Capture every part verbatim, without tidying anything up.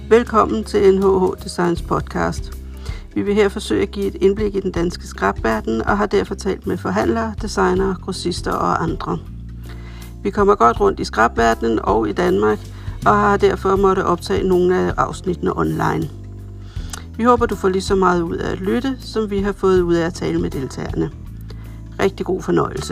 Velkommen til N H H Designs podcast. Vi vil her forsøge at give et indblik i den danske skrapverden og har derfor talt med forhandlere, designere, grossister og andre. Vi kommer godt rundt i skrapverdenen og i Danmark og har derfor måttet optage nogle af afsnittene online. Vi håber, du får lige så meget ud af at lytte, som vi har fået ud af at tale med deltagerne. Rigtig god fornøjelse.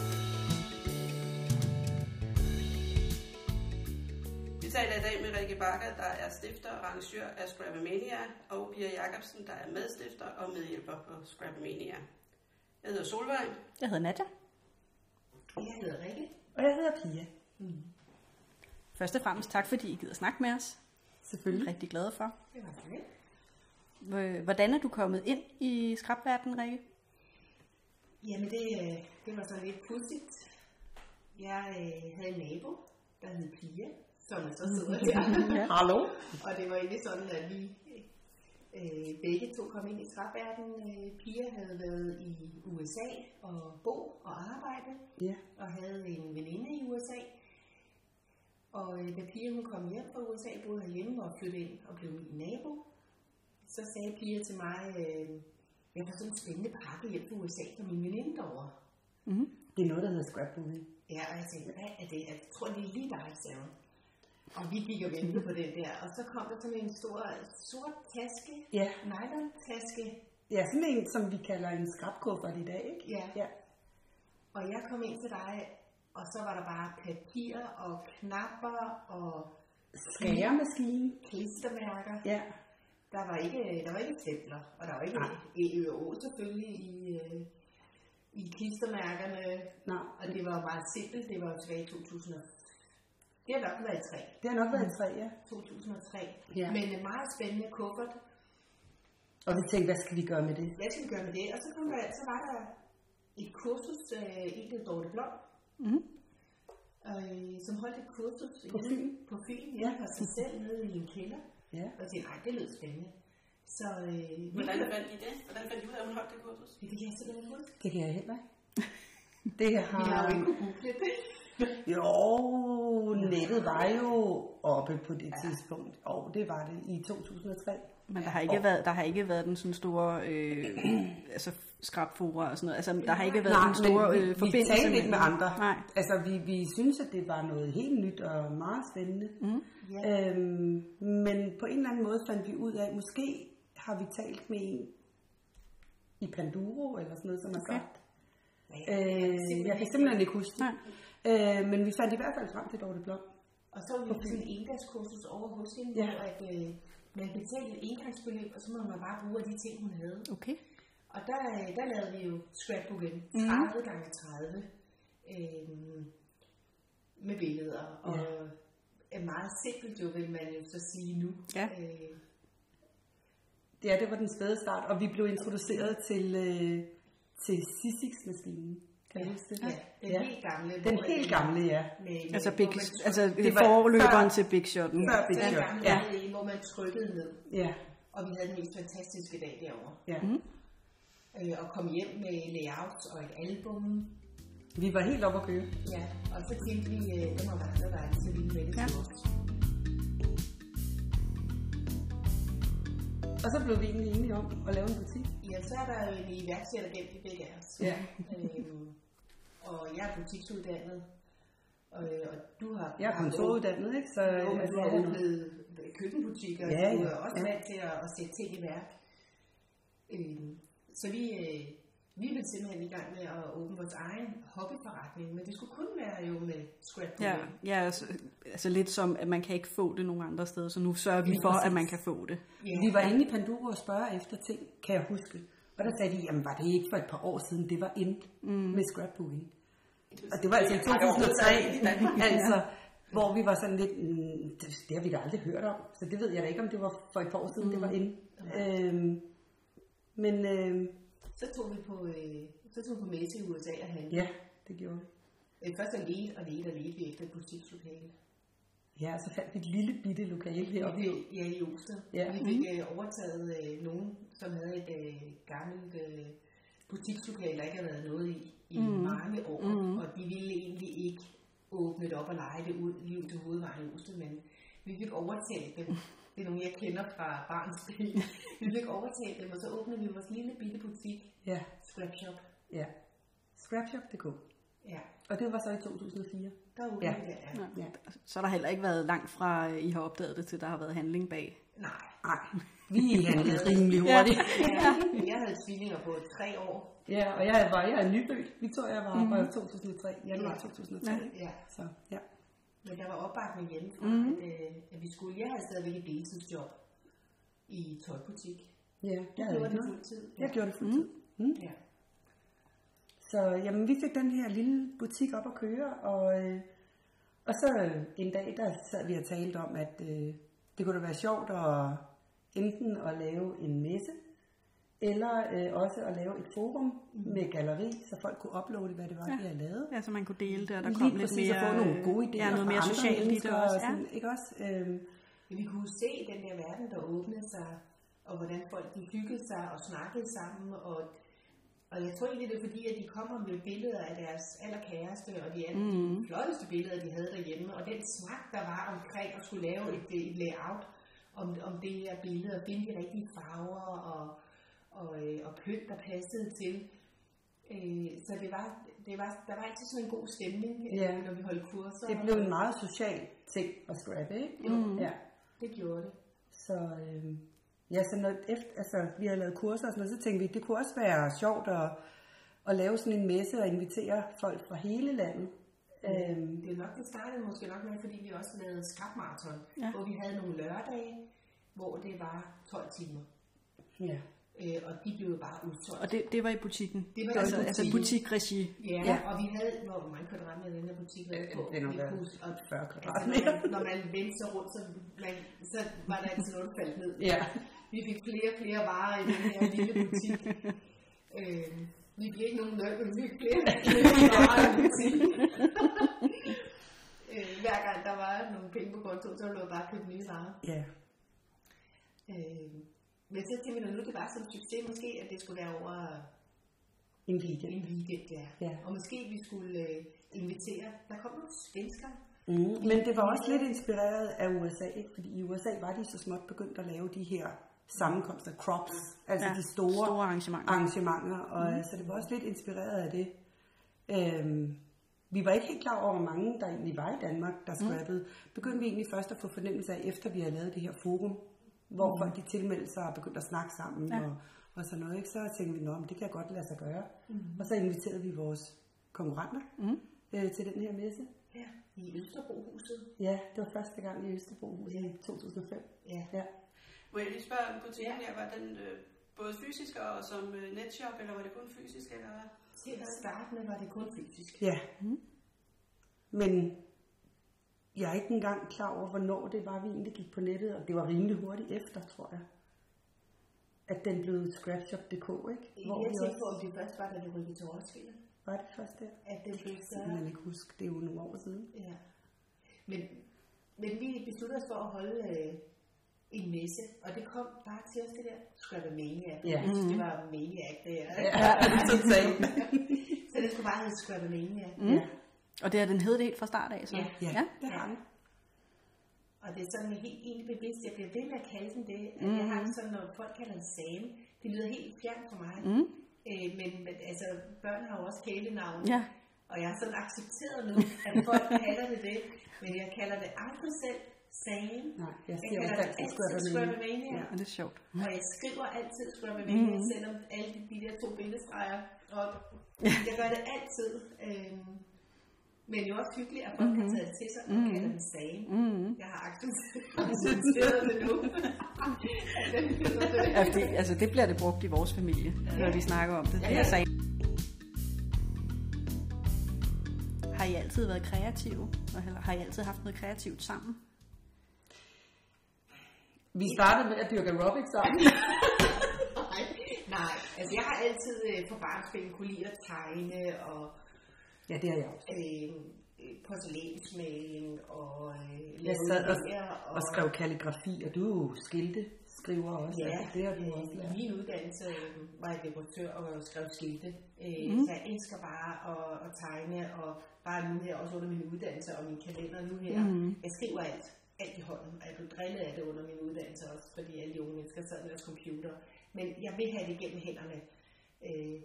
Vi taler i dag med Rikke Bakker, der er stifter og arrangør af Scrapamania, og Pia Jacobsen, der er medstifter og medhjælper på Scrapamania. Jeg hedder Solvej. Jeg hedder Nadja. Jeg hedder Rikke. Og jeg hedder Pia. Mm. Først og fremmest tak, fordi I gider snakke med os. Selvfølgelig. Jeg er rigtig glade for. Det var det. Hvordan er du kommet ind i skrapverdenen, Rikke? Jamen det, det var så lidt pudsigt. Jeg øh, havde en nabo, der hed Pia, som er så sidder der. Ja. Hallo. Og det var egentlig sådan, at vi øh, begge to kom ind i skrapverdenen. Øh, Pia havde været i U S A og bo og arbejde, Ja. og havde en veninde i U S A. Og øh, da Pia hun kom hjem fra U S A, boede herhjemme og flyttede ind og blev min nabo, så sagde Pia til mig, øh, jeg får sådan en spændende pakke hjem fra U S A fra min veninde derovre. Mm-hmm. Det er noget, der hedder scrapbooking. Ja, og jeg tænkte, hvad er det? Jeg tror, det er lige dig, sagde hun. Og vi gik og ventede på den der, og så kom der sådan en stor sort taske, Ja. nylon-taske. Ja, sådan en, som vi kalder en skrapkuffert i dag, ikke? Ja. Ja. Og jeg kom ind til dig, og så var der bare papir og knapper og Skæremaskine. klistermærker. Ja. Der var ikke, der var ikke stempler, og der var ikke E Ø og O selvfølgelig i, øh, i klistermærkerne. Nej. Og det var jo meget simpelt, det var jo tilbage i to tusind. Det har nok været tre. Det har nok været en tre, ja. to tusind og tre. Ja. Men en meget spændende kuffert. Og vi tænkte, hvad skal vi gøre med det? Hvad skal vi gøre med det? Og så, kom der, så var der et kursus, øh, en der Dorte Blom, Mm-hmm. øh, som holdt et kursus På i- Fyn? på Fyn, Ja. ja, og sig selv nede i en kælder. Ja. Og jeg tænkte, nej, det lød spændende. Så øh, Hvordan fandt I det? Hvordan fandt I ud af, at hun holdt det kursus? det kan jeg simpelthen ikke huske. Det kan jeg heller ikke. Det har... Vi har jo ikke kunnet google det. Jo, nettet var jo oppe på det tidspunkt. Og det var det i to tusind og tre. Men der har ikke været, der har ikke været den sådan store øh, altså skrapfora og sådan noget. Altså der har ikke været Nej, den store men øh, vi, vi forbindelse talte ikke med andre. Nej. Altså, vi, vi synes, at det var noget helt nyt og meget spændende. Mm. Ja. Øhm, men på en eller anden måde fandt vi ud af, måske har vi talt med en i Panduro, eller sådan noget, som har Okay. sagt. Øh, jeg kan simpelthen ikke huske det. Øh, men vi fandt i hvert fald frem til Dorte Blom. Og så var vi på sådan en endagskursus over hos hende, Ja. hvor at, øh, man betalte et engangsbeløb, og så må man bare bruge af de ting, hun havde. Okay. Og der, øh, der lavede vi jo scrapbooken tredive gange tredive øh, med billeder. Og er meget simpelt jo, vil man jo så sige nu. Ja. Øh, Ja, det var den spæde start, og vi blev introduceret til, øh, til Sysix-maskinen. Kan du huske det? ja, den Ja. helt gamle. Den hvor- helt gamle, ja. Med, med, Altså, big, hvor man tryk- altså Det var forløberen før- til Big Shot'en. Før Big den Shot. gamle, Ja. ja. Hvor man trykkede ned. Ja. Og vi havde den mest fantastiske dag derovre. Ja. Mm. Øh, og kom hjem med layouts og et album. Vi var helt oppe at køre. Ja, og så tænkte vi, øh, der må være andre, der er så vilde med det Ja. til os. Og så blev vi egentlig enige om at lave en butik. Ja, så er der jo en iværksætter gennem de begge af os. Ja. Øhm, og jeg er butiksuddannet, og, og du har... Jeg er kontoruddannet, ikke? Så, Jo, men altså, du har åbnet køkkenbutikker, og Ja, du ja, er også ja. vant til at, at sætte ting i værk. Øhm, så vi, øh, vi vil simpelthen i gang med at åbne vores egen hobbyforretning, men det skulle kun være jo med scrapbooking. Ja, ja altså, altså lidt som, at man kan ikke få det nogen andre steder, så nu sørger vi Ja, for, præcis. at man kan få det. Ja. Vi var inde i Panduro og spørge efter ting, kan jeg huske. Og der sagde de, jamen var det ikke for et par år siden, det var ind mm. med scrapbooking. Og det var altså i to tusind og tre, altså, hvor vi var sådan lidt, mm, det, det har vi da aldrig hørt om. Så det ved jeg da ikke, om det var for et par år siden, mm. det var ind. Øhm, men øhm, Så tog vi på, øh, så tog vi på messe i U S A og handle. ja, det gjorde vi. Øh, Først at lede og lede og lede vi efter et butikslokale. Ja, så fandt vi et lille bitte lokale heroppe. Ja, ja, i Osted. Ja. Vi fik øh, overtaget øh, nogen, som havde et øh, gammelt øh, butikslokale, der ikke havde været noget i i mm. mange år. Mm. Og de ville egentlig ikke åbne det op og lege det ud, liv til hovedvejen i Osted, men vi fik overtalt dem det er nogle, jeg kender fra barnsben. Vi fik overtaget dem, og så åbnede vi vores lille bitte butik. Ja. Scrap Shop. Ja. scrapshop punktum d k. Ja. Og det var så i to tusind og fire. Der er ja. det, ja. Ja. Så har der heller ikke været langt fra, I har opdaget det, til der har været handling bag. Nej. Nej. Vi handlede rimelig hurtigt. Ja. Jeg havde tvillinger på tre år. Ja, og jeg var, jeg er nyfødt. Victoria var mm-hmm. fra to tusind og tre, januar to tusind og tre. Ja. Så, ja. Men der var opbakning hjemmefra, mm-hmm. at, at vi skulle. Jeg havde stadigvæk et deltidsjob i tøjbutik. Ja, jeg gjorde det fuldtid. Ja. Jeg gjorde det fuldtid. Mm. Mm. Ja. Så jamen, vi fik den her lille butik op at køre, og, øh, og så en dag, der sad vi og talte om, at øh, det kunne da være sjovt at enten at lave en messe, eller øh, også at lave et forum mm. med galleri, så folk kunne uploade, hvad det var, ja. de havde lavet. Ja, så man kunne dele det, og der lige kom lidt mere... at få nogle gode idéer ja, noget mere socialt i det også. Ja. Sådan, ikke også? Øhm, vi kunne se den der verden, der åbnede sig, og hvordan folk de hyggede sig og snakkede sammen, og Og jeg tror egentlig, det er fordi, at de kommer med billeder af deres allerkæreste, og de, mm. de flotteste billeder, de havde derhjemme, og den snak, der var omkring at skulle lave et, et layout om, om det her billede, og finde de rigtige farver og, og, og pynt, der passede til. Så det var, det var, der var altid sådan en god stemning, ja. Når vi holdt kurser. Det blev en meget social ting at scrappe, ikke? Mm. Ja, det gjorde det. Så... Øh... Ja, så når efter, altså, vi havde lavet kurser og sådan noget, så tænkte vi, det kunne også være sjovt at, at lave sådan en messe og invitere folk fra hele landet. Ja, øhm. Det er nok, det startede måske nok med, fordi vi også lavede skrapmarathon, ja. Hvor vi havde nogle lørdage, hvor det var tolv timer. Ja. Øh, og de blev bare udsolgt. Og det, det var i butikken? Det var altså, i altså butikregi? Ja, ja, og vi havde, hvor mange kvadratmeter den her butik lavede på. Det er nok fyrre kvadratmeter. Altså, når, når man vendte sig rundt, så, man, så var der altid noget, der faldt ned. Ja. Vi fik flere og flere varer i den her lille butik. øh, vi fik ikke nogen løn, men vi fik flere og flere varer i butikken. øh, hver gang der var nogle penge på kontoen, så ville du bare købe nye varer. Ja. Øh, Men så tænkte vi, nu det var sådan en succes, måske, at det skulle være over en weekend. En weekend, ja. Ja. Og måske vi skulle uh, invitere, der kom nogle svensker. Mm. Men det var også lidt inspireret af U S A, ikke? Fordi i U S A var de så småt begyndt at lave de her sammenkomster, crops, altså ja, de store, store arrangementer. arrangementer og mm. så det var også lidt inspireret af det. Øhm, vi var ikke helt klar over, hvor mange der egentlig var i Danmark, der scrappede. Mm. Begyndte vi egentlig først at få fornemmelse af, efter vi havde lavet det her forum, hvor mm. folk de tilmeldte sig og begyndte at snakke sammen ja. og, og sådan noget, ikke? Så tænkte vi, at det kan godt lade sig gøre. Mm. Og så inviterede vi vores konkurrenter mm. øh, til den her messe. Ja, i Østerbrohuset. Ja, det var første gang i Østerbrohuset i to tusind og fem. Ja. Ja. Må jeg lige spørge, om butikken her var den øh, både fysisk og som øh, netshop, eller var det kun fysisk? Eller hvad? Til at starte med var det kun fysisk. Ja, mm. men jeg er ikke engang klar over, hvornår det var, vi egentlig gik på nettet, og det var rimelig hurtigt efter, tror jeg, at den blev scrapshop punktum d k, ikke? Hvor jeg tænkte på, om det først var, da du rykkede til Roskilde. Var det først der? At den blev større. Det kan man ikke huske, det er jo nogle år siden. Ja. Men, men vi besluttede os for at holde øh, en messe, og det kom bare til os, det der Scrapamania. Ja. Jeg synes, det var Maniac, det er. Ja, totalt. Så det skulle bare hedde Scrapamania. Mm. Ja. Og det er den hed det helt fra start af, så? Ja, ja, ja. det har den. Og det er sådan helt egentlig bevidst, jeg bliver ved med at kalde den det, at mm. jeg har det sådan, når folk kalder den Sam, det lyder helt fjernt for mig. Mm. Øh, men altså, børn har jo også kælenavn, ja. Og jeg har sådan accepteret nu, at folk kalder det det, men jeg kalder det aldrig selv Sam. Nej, jeg, jeg kalder det altid Scrapamania. Ja, det er sjovt. Og jeg skriver altid Scrapamania, mm. selvom alle de, de der to billedstreger op. Jeg gør det altid. Øh, Men jo også hyggeligt, at folk mm-hmm. har taget det til sig og mm-hmm. kalder det Sam. Mm-hmm. Jeg har accepteret det nu. ja, det, altså, det bliver det brugt i vores familie, ja. Når vi snakker om det. Ja, ja. Det har I altid været kreative? Eller har I altid haft noget kreativt sammen? Vi startede med at dyrke aerobics sammen. nej, nej, altså jeg har altid på barnsben kunne lide at tegne og ja, det har jeg også. Øh, porcelænsmaling og øh, jeg sad og, og, og skrev kalligrafi, og du skilte skriver også. Ja, altså, det har du også lært. I min uddannelse var jeg dekoratør og skrev skilte. Øh, mm. Så jeg elsker bare at, at tegne, og bare nu her, også under min uddannelse og min kalender nu her. Mm. Jeg skriver alt. alt i hånden, og jeg blev drillet af det under min uddannelse også, fordi alle de unge mennesker sad med deres computer. Men jeg vil have det igennem hænderne. Øh,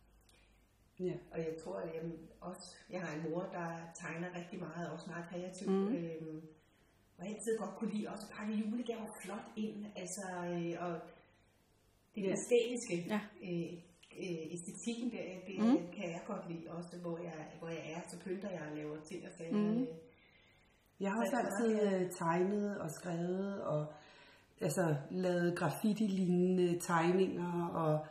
Ja. Og jeg tror, at jeg også, jeg har en mor, der tegner rigtig meget, også meget kreativt. Mm. Øhm, og jeg altid godt kunne lide også pakke julegaver flot ind. Altså, øh, og det ja. æstetiske, ja. øh, øh, æstetikken, det, det mm. kan jeg godt lide også, hvor jeg, hvor jeg er, så pynter jeg og laver ting og sager. Mm. Jeg har også altid øh, tegnet og skrevet og altså lavet graffiti-lignende tegninger, og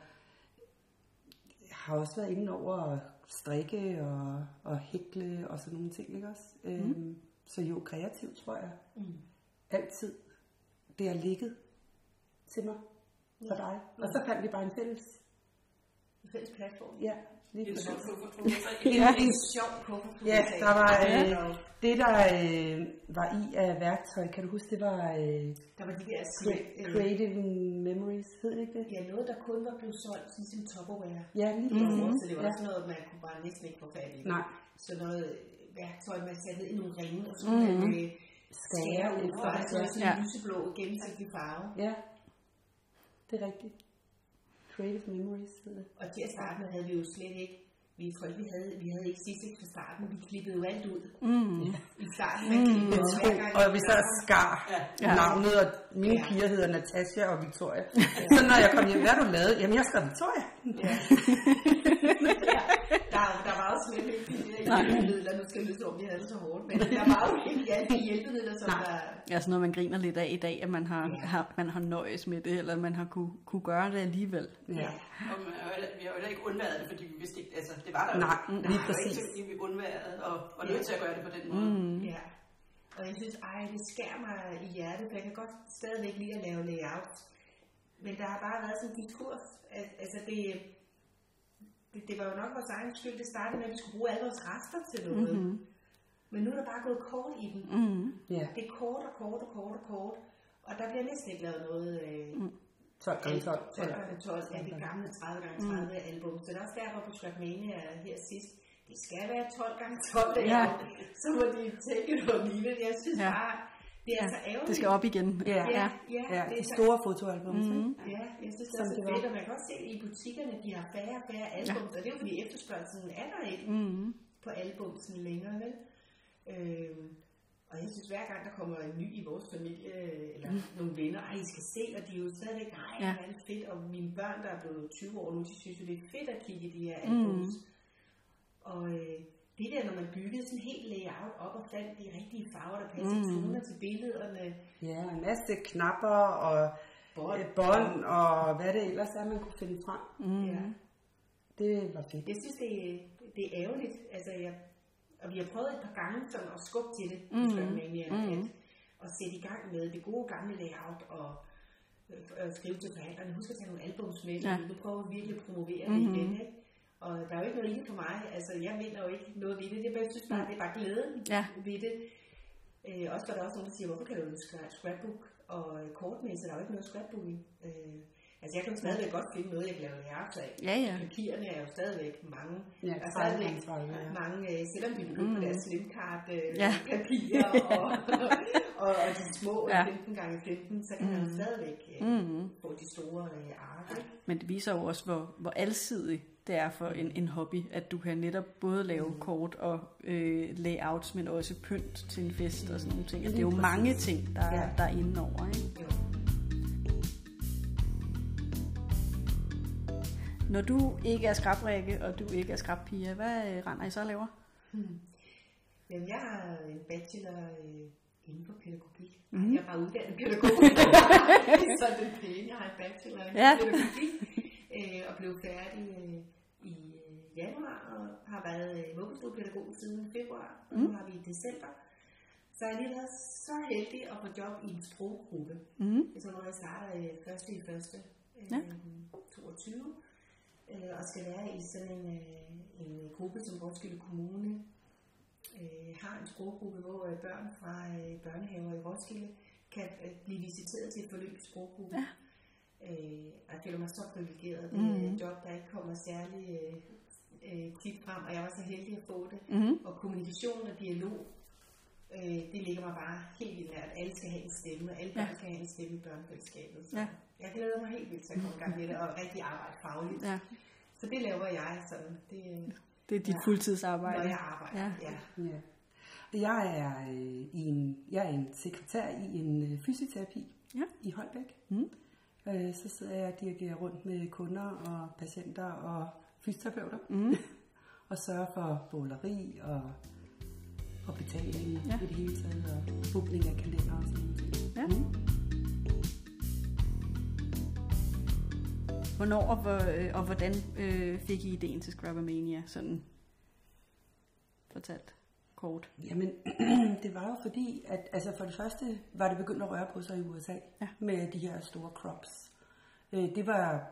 har også været inde over at strikke og, og hækle og sådan nogle ting, ikke også? Mm. Øhm, så jo, kreativt, tror jeg. Mm. Altid. Det har ligget til mig for dig. Og så fandt vi bare en fælles. En fælles platform. Ja. Det er sjovt på Ja, en sjov kuffert. Ja, der var øh, det, der øh, var i af værktøj. Kan du huske, det var øh, der var de der cre- creative memories, hed det ikke det? Ja, noget, der kun var blevet solgt sådan som Tupperware. Ja, lige mm-hmm. Så det var ja. også noget, man kunne bare næsten ikke få fat i. Nej. Så noget værktøj, man satte ned i nogle ringe, og så kunne mm-hmm. man skære ud fra, og så sådan en lyseblå gennemsigtig farve. Ja, det er rigtigt. Creative memories hedder det. Og til at starte med havde vi jo slet ikke, vi tror ikke, vi havde, vi havde ikke sidst fra starten, vi klippede jo alt ud. Mm. I starten, man klippede mm. hver gang. Og vi så skar ja. navnet, og mine ja. piger hedder Natasha og Victoria. Ja. Så når jeg kom hjem, hvad har du lavet? Jamen, jeg skrev Victoria. Ja. ja. Der, der var også slet ikke de der hjælpemidler, nu skal jeg lyde som, vi havde det så hårdt, men der var jo ikke alle de hjælpemidler, som der... Ja, sådan noget, man griner lidt af i dag, at man har, ja. har, man har nøjes med det, eller man har kunne, kunne gøre det alligevel. Ja, og man, vi har jo heller ikke undværet det, fordi vi vidste ikke, altså det var der Nej, jo. Nej, lige præcis. Det var ikke, vi undværede, og var nødt til at gøre det på den måde. Mm. Ja. Og jeg synes, ej, det skærer mig i hjertet, for jeg kan godt stadigvæk lide at lave layout. Men der har bare været sådan en diskurs, at altså det... Det, det var jo nok vores egen skyld, det startede med, at vi skulle bruge alle vores rester til noget. Mm-hmm. Men nu er der bare gået kort i den. Mm-hmm. Yeah. Det er kort og kort og kort og kort. Og der bliver næsten ikke lavet noget... Øh, mm. tolv gange tolv. tolv gange tolv, ja, det gamle tredive gange tredive mm. album. Så det er også derfor på Scrapmania her sidst. Det skal være tolv gange tolv, det yeah. Så må de tænke noget livet. Jeg synes yeah. bare... Det er ja, så ærgerligt. Det skal op igen. Ja, ja, ja, ja det er store fotoalbum. Mm-hmm. Ja, jeg synes det er så fedt, og man kan også se i butikkerne, de har færre og færre album, ja. Og det er jo fordi efterspørgselen er der ikke mm-hmm. på albumsen længere, vel? Øhm, og jeg synes hver gang der kommer en ny i vores familie, eller mm. nogle venner, ej, I skal se, og de er jo stadigvæk, ej, ja. Det er det fedt, og mine børn, der er blevet tyve år nu, de synes jo det er fedt at kigge i de her albums. Mm. Og øh, det der, når man byggede sådan helt layout op og fandt de rigtige farver, der passer mm. toner til billederne. Ja, en masse knapper og bånd, bånd og hvad det ellers er, man kunne finde frem. Mm. Ja. Det var fedt. Jeg synes, det, det er ærgerligt. Altså, jeg, og vi har prøvet et par gange sådan at skubbe til det, mm. Scrapmania, mm. at, at sætte i gang med det gode gamle layout og øh, skrive til forhandlerne. Husk at tage nogle albums med, ja. Nu prøver vi virkelig at promovere mm-hmm. det igen, ikke? Og der er jo ikke noget i det for mig, altså jeg mener jo ikke noget ved det, det jeg synes bare, det er bare glæden ja. Ved det. Øh, også var der også nogen, der siger, hvorfor kan du jo skrive scrapbook og kortmæssigt, der er jo ikke noget scrapbooking. Øh, altså jeg kan jo stadigvæk godt finde noget, jeg kan lave layout af. Ja, ja. Papirerne er jo stadigvæk mange. Ja, der er stadigvæk ja. mange, øh, selvom de begyndte mm. på deres slimcard øh, ja. papirer og, og, og de små ja. femten gange femten, så kan mm. man jo stadigvæk øh, mm. få de store øh, ark. Men det viser jo også, hvor, hvor alsidig det er for en, en hobby, at du kan netop både lave mm. kort og øh, layouts, men også pynt til en fest og sådan nogle ting. Det er jo mange ting, der, ja. Der er inde over, ikke? Jo. Når du ikke er skrabrikke, og du ikke er skrappige, hvad øh, render I så laver? Hmm. Jamen, jeg har en bachelor øh, inden for pædagogik. Mm. Jeg er bare uddannet pædagog. Så det er pænt. Jeg har en bachelor i ja. Pædagogik. Øh, og blev færdig øh, i øh, januar, og har været øh, vuggestuepædagog siden februar, og mm. nu har vi i december. Så jeg har lige været så heldig at få job i en sproggruppe. Mm. Det er sådan noget, jeg starter øh, første i første øh, ja. toogtyve, øh, og skal være i sådan en, øh, en gruppe, som Roskilde Kommune øh, har en sproggruppe, hvor øh, børn fra øh, børnehaver i Roskilde kan øh, blive visiteret til et forløb i sproggruppe. Ja. Øh, jeg føler mig så privilegeret. Det er et job, der ikke kommer særlig øh, tit frem, og jeg var så heldig at få det. Mm-hmm. Og kommunikation og dialog Øh, det ligger mig bare helt vildt nært. Alle skal have en stemme, og alle børn ja. skal have en stemme i børnefællesskabet. Så ja. jeg glæder mig helt vildt til at komme i gang med det, og rigtig arbejde fagligt. Ja. Så det laver jeg sådan. Det, det er dit ja. fuldtidsarbejde. Når jeg arbejder, ja. ja. ja. Jeg er, øh, i en, jeg er en sekretær i en øh, fysioterapi ja. i Holbæk. Mm. Øh, så sidder jeg og dirigerer rundt med kunder og patienter og fysioterapeuter. Mm. og sørger for båleri og, og betaling ja. i det hele taget, og bookning af kalender og sådan noget. Ja. Mm. Hvornår og, hvor, og hvordan øh, fik I ideen til Scrappermania, sådan fortalt kort? Jamen, det var jo fordi, at altså for det første var det begyndt at røre på sig i U S A ja. med de her store crops. Øh, det var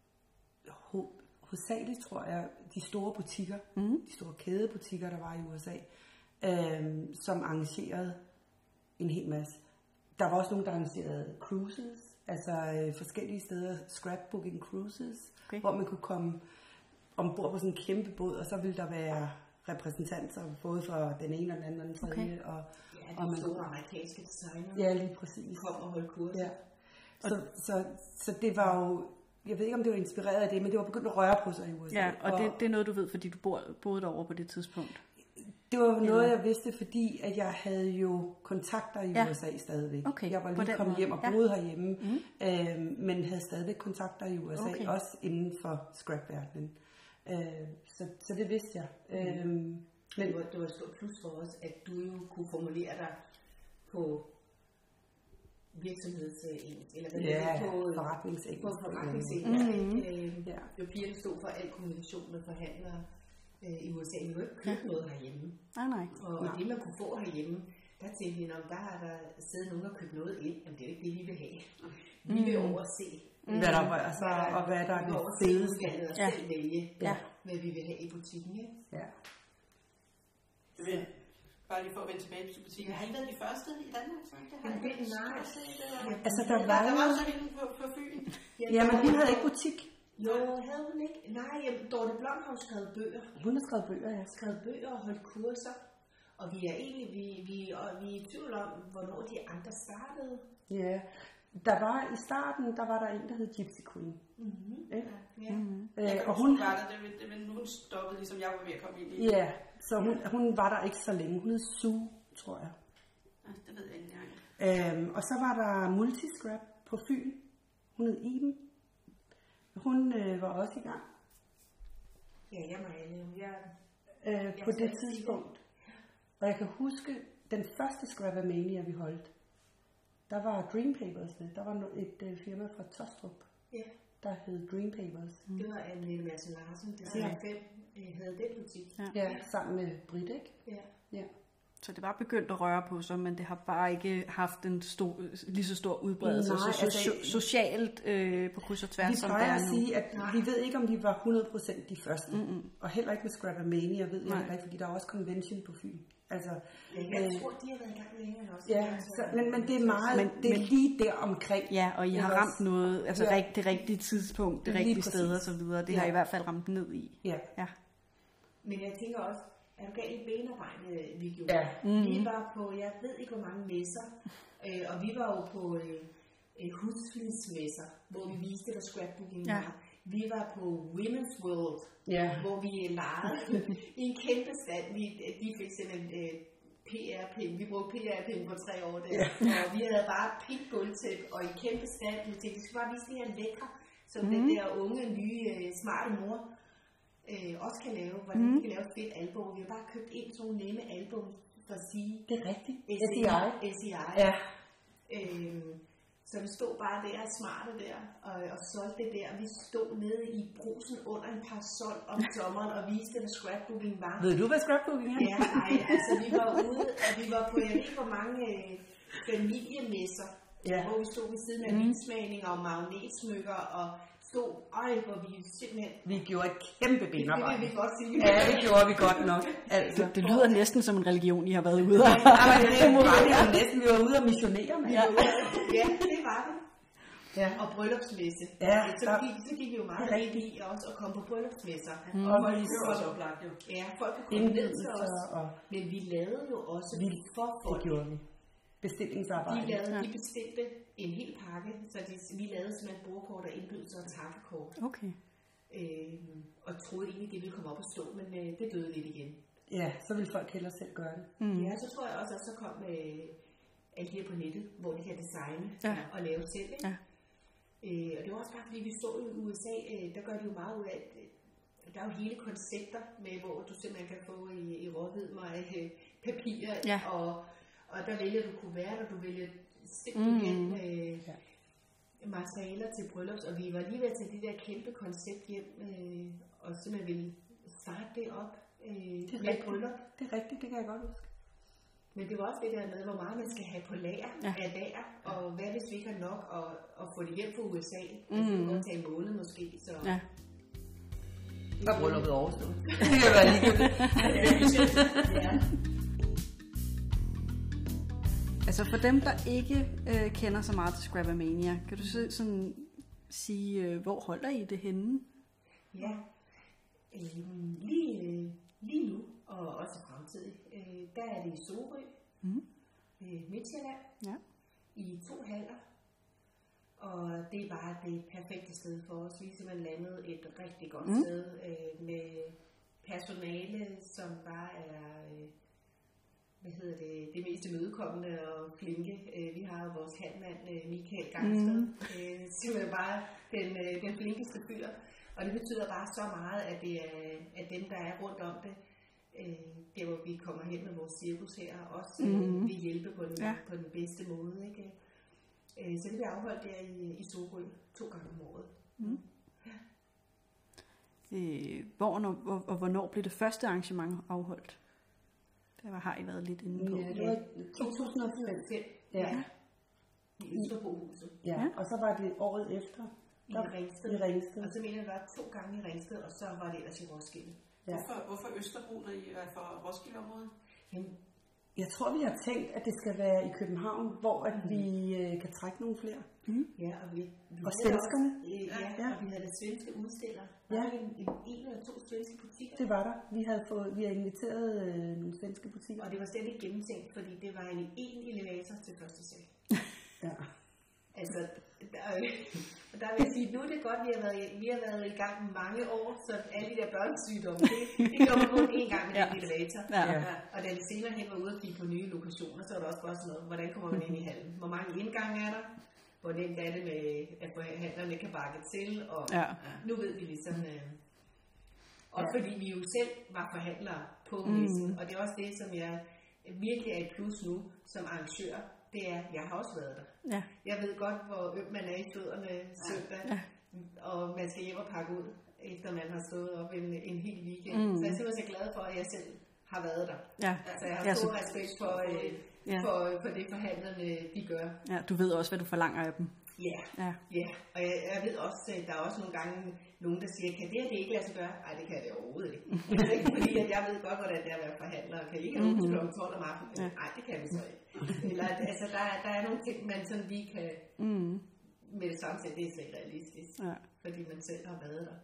ho- hovedsageligt, tror jeg, de store butikker, mm. de store kædebutikker, der var i U S A, øh, som arrangerede en hel masse. Der var også nogen, der arrangerede cruises, altså øh, forskellige steder, scrapbooking cruises, okay. hvor man kunne komme ombord på sådan en kæmpe båd, og så ville der være repræsentanter, både fra den ene og den anden og den tredje. Okay. Og, ja, og man store amerikanske designer. Ja, lige præcis. Kom og holde kurser. Ja. Så, så, så det var jo, jeg ved ikke om det var inspireret af det, men det var begyndt at røre på sig i U S A. Ja, og, og det, det er noget, du ved, fordi du boede derovre på det tidspunkt. Det var noget, jeg vidste, fordi at jeg havde jo kontakter i ja. U S A stadigvæk. Okay. Jeg var lige kommet hjem og boede ja. herhjemme, mm. øhm, men havde stadigvæk kontakter i U S A, okay. også inden for scrap-verdenen. Øh, så, så det vidste jeg. Mm. Øhm, men det var, det var et stort plus for os, at du jo kunne formulere dig på virksomhedsengelsk, eller hvad ja, det på forretningsengelsk. På forretningsengelsk. Mm. Øh, ja. Det var pigerne stod for al kommunikation med forhandlere øh, i U S A. Vi kunne ikke købe ja. noget herhjemme. Nej, nej. Og nej. det man kunne få herhjemme, der tænkte vi, der har der siddet nogen og købt noget ind, jamen det er ikke det, vi vil have. Mm. Vi vil overse. Mm. Hvad der rører sig, og hvad der er det fedeste. Vi vil ja. selv vælge, ja. hvad vi vil have i butikken. Ikke? Ja. Jeg vil bare lige for at vende tilbage til butikken. Har I været de første i Danmark? Så? Det har jeg ikke. Nej. Altså der var der var så en på, på Fyn. Ja, men hun havde ikke butik. Jo, havde hun ikke. Nej, Dorte Blom har skrevet bøger. Hun har skrevet bøger, ja. Skrevet bøger og holdt kurser. Og vi er egentlig vi, vi, og vi er i tvivl om, hvornår de andre startede. Ja. Der var i starten, der var der en, der hed Gypsy Queen. Mm-hmm. Ja. Ja. Mm-hmm. Øh, og hun var der, det, det, men hun stoppede, ligesom jeg var ved at komme ind i. Ja, så hun, hun var der ikke så længe. Hun hed Sue, tror jeg. Ja, det ved jeg ikke engang. Øhm, og så var der Multiscrap på Fyn. Hun hed Iben. Hun øh, var også i gang. Ja, jeg var alle. Jeg, øh, jeg på det tidspunkt. Og jeg kan huske, den første Scrappermania, vi holdt, der var Dream Papers med. Der var et øh, firma fra Tostrup, ja. der hed Dream Papers. Mm. Det var Anne Madsen Larsen, der ja. fem øh, havde den butik. Ja. ja, sammen med Britt, ikke? Ja. ja. Så det var begyndt at røre på sig, men det har bare ikke haft en stor, lige så stor udbredelse. Nej, så, altså, so, socialt øh, på kryds og tværs. Vi plejer at sige, at Nej. vi ved ikke, om de var hundrede procent de første. Mm-mm. Og heller ikke med Scrappermania, ved jeg heller ikke, fordi der er også convention på Fyn. Altså, ja, jeg øh, tror, de har været i gang længere også. Ja, så, men, men det er meget, men, det er men, lige der omkring. Ja, og I har ramt noget, altså ja. rigt, det rigtige tidspunkt, det rigtige sted og så videre. Det ja. har I hvert fald ramt ned i. Ja. ja. Men jeg tænker også, er du galt i benarbejde, vi gjorde? Ja. Mm-hmm. Vi var på, jeg ved ikke hvor mange messer, øh, og vi var jo på øh, husflidsmesser, hvor vi viste, der scrapbooking ja. var. Vi var på Women's World, ja. hvor vi legede i en kæmpe stand. Vi, de fik simpelthen øh, P R-pind. Vi brugte P R-pind på tre år der. Ja. Og vi havde bare pink gulvtæp og en kæmpe stand. Vi tænkte, vi skulle bare vise det her lækre, som mm. den der unge, nye, øh, smarte mor øh, også kan lave. Hvordan mm. de kan lave et fedt album. Vi har bare købt ind sådan nogle nemme album for at sige. Det er rigtigt. S E I. S E I. Ja. Øh, Så vi stod bare der, smarte der, og, og solgte det der. Vi stod nede i brusen under en parasol om sommeren og viste, hvad scrapbooking var. Ved du, hvad scrapbooking er? Ja, nej, altså vi var ude, og vi var på, jeg ved ikke hvor mange øh, familiemesser, ja. hvor vi stod ved siden af mm. vinsmagninger og magnetsmykker, og stod, øj, hvor vi simpelthen... Vi gjorde et kæmpe benarbejde. Det vil vi godt sige. Ja, det gjorde vi godt nok. Altså. Det, det lyder næsten som en religion, I har været ude af. Ja, men det var det næsten. Vi var ude og missionere med. Ja, ja det var det. Ja. Og bryllupsmesse. Ja, så, der- gik, så gik vi jo meget ind i også at komme på bryllupsmesser. Mm. Og folk, Det var også oplagt, jo. ja, folk kunne komme ned til os. Indbydelser og Men vi lavede jo også Vi- for det folk. gjorde vi. Vi, Bestillingsarbejde. lavede, Ja. vi bestilte en hel pakke, så de, vi lavede simpelthen bordkort og indbydelser og takkekort. Okay. Øh, og troede egentlig, det ville komme op og stå, men øh, det døde lidt igen. Ja, så vil folk hellere selv gøre det. Mm. Ja, så tror jeg også, at så kom øh, alt det her på nettet, hvor de kan designe Ja. og lave selv. Ikke? Ja. Øh, og det var også bare fordi, vi så jo i U S A, øh, der gør de jo meget ud af, at øh, der er jo hele koncepter med, hvor du simpelthen kan få i, i rådhvid med øh, papirer, Ja. og, og der vælger du kuverter, du vælger simpelthen Mm. øh, Ja. materialer til bryllups, og vi var lige ved at tage det der kæmpe koncept hjem, øh, og simpelthen ville starte det op øh, Det er med rigtigt. bryllup. Det er rigtigt, det kan jeg godt huske. Men det var også det der med, hvor meget man skal have på lager Ja. af lager, og hvad hvis vi ikke har nok at, at få det hjem fra U S A. Mm. Mm. Altså, det kan godt tage en måned måske, så... Ja. Der er brylluppet overstået. Det kan være ligegyldigt. ja. Altså for dem, der ikke øh, kender så meget til Scrabbermania, kan du så sådan sige, øh, hvor holder I det henne? ja. Øhm, lige, øh, lige nu, og også i fremtiden, øh, der er det i Sorø, Mm. øh, Midtjylland, Ja. i to haller. Og det er bare det perfekte sted for os. Vi er simpelthen landet et rigtig godt Mm. mm. sted øh, med personale, som bare er, øh, hvad hedder det, det mest imødekommende og flinke. Øh, vi har vores handmand, øh, Michael Gangsted, Mm. øh, simpelthen bare den, øh, den flinkeste fyr. Og det betyder bare så meget, at det er at dem, der er rundt om det, øh, der hvor vi kommer hen med vores cirkus her, også øh, Mhm. vil hjælpe på den, Ja. på den bedste måde. Ikke? Øh, Så det bliver afholdt der i, i Sorø to gange om året. Øh, hvor og, og, og hvornår blev det første arrangement afholdt? Der har I været lidt inde på. Ja, det var to tusind og fem. Ja. I Østerbrohuset Ja, Ja. og så var det året efter i Der- Ringsted. i Ringsted. Og så mener jeg, der var to gange i Ringsted, og så var det ellers i Roskilde. Ja. Hvorfor, hvorfor Østerbro, når I er fra Roskilde-området? Jamen, Jeg tror, vi har tænkt, at det skal være i København, hvor at vi øh, kan trække nogle flere. ja, og vi, vi Og havde svenskerne. Også, øh, ja, Ja. og vi havde svenske udstillere. Der Ja. var en, en, en eller to svenske butikker. Det var der. Vi havde fået, vi har inviteret øh, nogle svenske butikker. Og det var slet ikke gennemtænkt, fordi det var en en elevator til første sal. Ja. Altså, der, og der vil jeg sige, nu er det godt, vi har været, i- vi har været i gang mange år, så alle de der børnesygdomme, det, det gjorde man kun én gang med Ja. den elevator. Ja. Ja. Og da vi senere hen var ude og kigge på nye lokationer, så var der også bare sådan noget, hvordan kommer man ind i hallen? Hvor mange indgange er der? Hvor nemt er det med, at forhandlerne kan bakke til? Og Ja. nu ved vi ligesom, øh, også Ja. fordi vi jo selv var forhandlere på Mm. messen, og det er også det, som jeg virkelig er et plus nu som arrangør, det er, jeg har også været der. Ja. Jeg ved godt, hvor øm man er i fødderne søndag, Ja. og man skal hjem og pakke ud, efter man har stået op en, en hel weekend. Mm. Mm. Så jeg er simpelthen så glad for, at jeg selv har været der. Ja. Så jeg har Ja, stor så- respekt for, øh, Ja. for, for det, forhandlerne de gør. Ja, du ved også, hvad du forlanger af dem. Ja, Ja. ja. Og jeg, jeg ved også, at der er også nogle gange nogen, der siger, kan det her det ikke lade sig gøre? Nej, det kan det overhovedet ikke. Det er ikke fordi, at jeg ved godt, hvordan det er at være forhandler. Kan I ikke have Mhm. åbent klokken tolv om aftenen? Ja. Nej, det kan vi så ikke. Eller, altså, der, er- der er nogle ting, man sådan lige kan Mm. med det samme til, det er slet ikke realistisk. Ja. Fordi man selv har været der.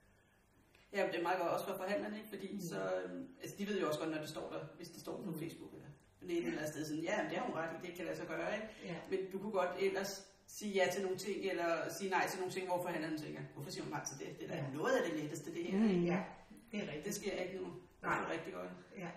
Ja, men det er meget godt også for forhandlerne, ikke? Fordi mm. så, øhm, altså, de ved jo også godt, når det står der, hvis det står på Facebook eller et eller andet sted, sådan, ja, men det har hun ret i, det kan lade sig gøre, ikke? Ja. Men du kunne godt ellers sige ja til nogle ting, eller sige nej til nogle ting, hvor forhandlerne tænker, hvorfor siger hun nej til det? Det er da Ja. noget af det letteste, det her, Mm. ikke? Ja, det er Det rigtigt. sker ikke nu. Det Nej. er rigtig godt. Ja.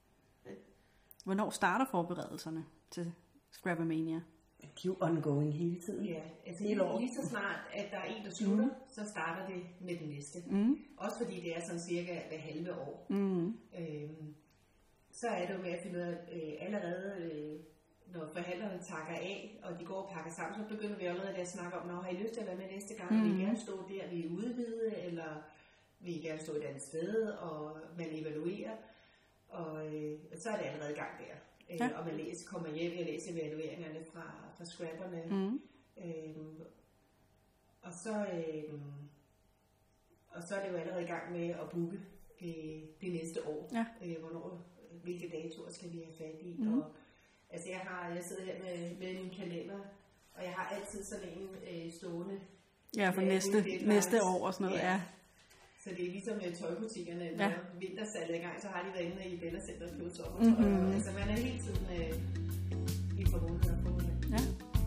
Hvornår starter forberedelserne til Scrabbermania? Det er jo ongoing hele tiden. Ja, altså Hele året. lige så snart, at der er en, der slutter, mm. så starter det med den næste. Mm. Også fordi det er sådan cirka hver halve år. Mm. Øhm, så er det jo med at finde ud af, øh, allerede, øh, når forhandlerne takker af, og de går og pakker sammen, så begynder vi allerede at snakke om, når har I lyst til at være med næste gang? Mm. Vil I gerne stå der, vil I udvide, eller vil I gerne stå et andet sted, og man evaluerer. Og øh, så er det allerede i gang der. Øh, Ja. Og man læser, kommer hjem og læser evalueringerne fra, fra scrapperne. Mm. Øhm, og så øhm, og så er det jo allerede i gang med at booke øh, det næste år. Ja. Øh, hvornår, hvilke datoer skal vi have fat i? Mhm. Og, altså jeg har, jeg sidder her med, med min kalender, Og jeg har altid sådan en øh, stående. Ja, for øh, næste, næste år og sådan noget, ja. ja. Så det er ligesom med tøjbutikkerne, når ja. vintersalget er i gang, så har de været inde i Bellacenteret og købt sommertøj. Mm-hmm. Altså man er hele tiden øh, i formuligheder på det. Ja.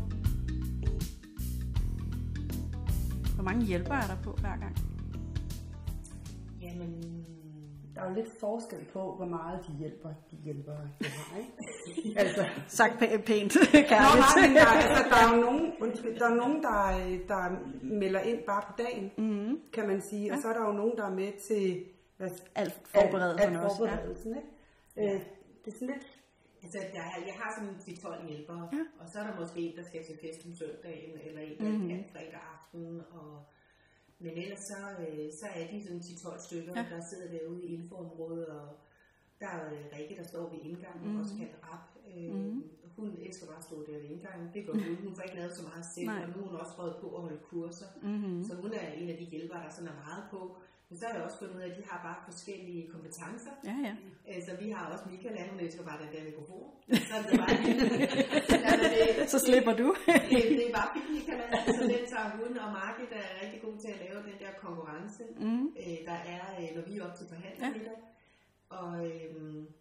Hvor mange hjælpere er der på hver gang? Jamen, der er jo lidt forskel på, hvor meget de hjælper, de hjælper, de har, ikke? Altså, sagt pænt, pænt kærligt. Nå, nej, der, altså, der er jo nogen, undskyld, der er nogen, der, der melder ind bare på dagen, mm-hmm. kan man sige. Ja. Og så er der jo nogen, der er med til hvad, alt forberedelsen alt, alt forberedelsen, ja. Ikke? Øh, det er sådan lidt... Altså, jeg, jeg har sådan de tolv hjælpere, ja. Og så er der måske en, der skal til fest om søndagen, eller en, der mm-hmm. kan fredag aften, og... Men ellers så, øh, så er de sådan ti tolv stykker, ja. Der sidder derude i infoområdet, og der er øh, Rikke, der står ved indgangen, mm. også kaldt rap. Øh, mm. Hun elsker bare at stå der ved indgangen. Det går hun. Hun får ikke lavet så meget selv, Nej. Og nu er hun også prøvet på at holde kurser. Mm-hmm. Så hun er en af de hjælpere, der sådan er meget på. Men så har jeg også fundet ud af, at de har bare forskellige kompetencer. Ja, ja. Øh, så vi har også Michael, hun elsker bare den der mikrofon. Så er det bare altså, det, så slipper du. det, det er bare Michael, så den tager hun, og Margit er rigtig god til at lave den der konkurrence, mm. øh, der er, øh, når vi er op til forhandling. Ja. Og, øh,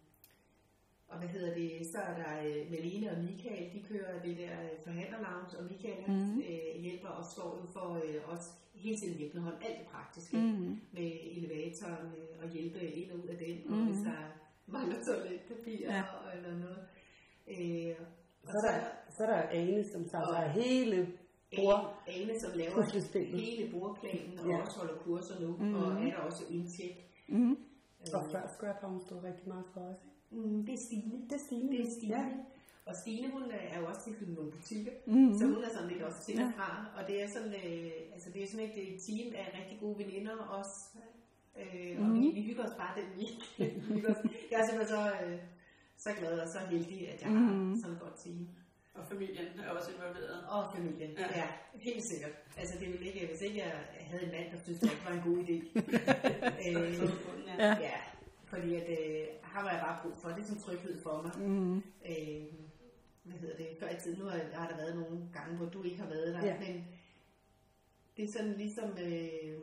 og hvad hedder det, så er der øh, Malene og Michael, de kører det der forhandlerlounge, og Michael mm. øh, hjælper og står jo for øh, os hele tiden hjælpe hånd, alt det praktiske, mm. med elevatoren øh, og hjælpe ind og ud af den, mm. og hvis der mangler toiletpapir ja. og eller noget. Øh, og så, så, der, så er der Ane, som samler hele bord. Ane, som laver hele bordplanen, og ja. Også holder kurser nu, mm. og er der også indtjek. Mm. Øh, og før Scrap har hun stået rigtig meget for os. Mm, det er Stine. Det er Stine. Det er Stine. Ja. Og Stine, hun er jo også tilknyttet nogle butikker, mm-hmm. så hun er sådan lidt også til og fra. Og det er sådan, øh, altså det er sådan et, et team af rigtig gode veninder også. Øh, mm-hmm. Og vi, vi hygger os bare den week. Jeg er simpelthen så, øh, så glad og så heldig, at jeg har mm-hmm. sådan et godt team. Og familien er også involveret. Og familien, ja. Ja, helt sikkert. Altså det ville ikke, hvis ikke jeg havde en mand, der synes, det var en god idé. øh, ja. ja. Fordi at, øh, her var jeg bare brug for, det er sådan tryghed for mig. Mm. Øh, hvad hedder det, før i tiden, nu har, har der været nogle gange, hvor du ikke har været der, ja. Men det er sådan ligesom, øh,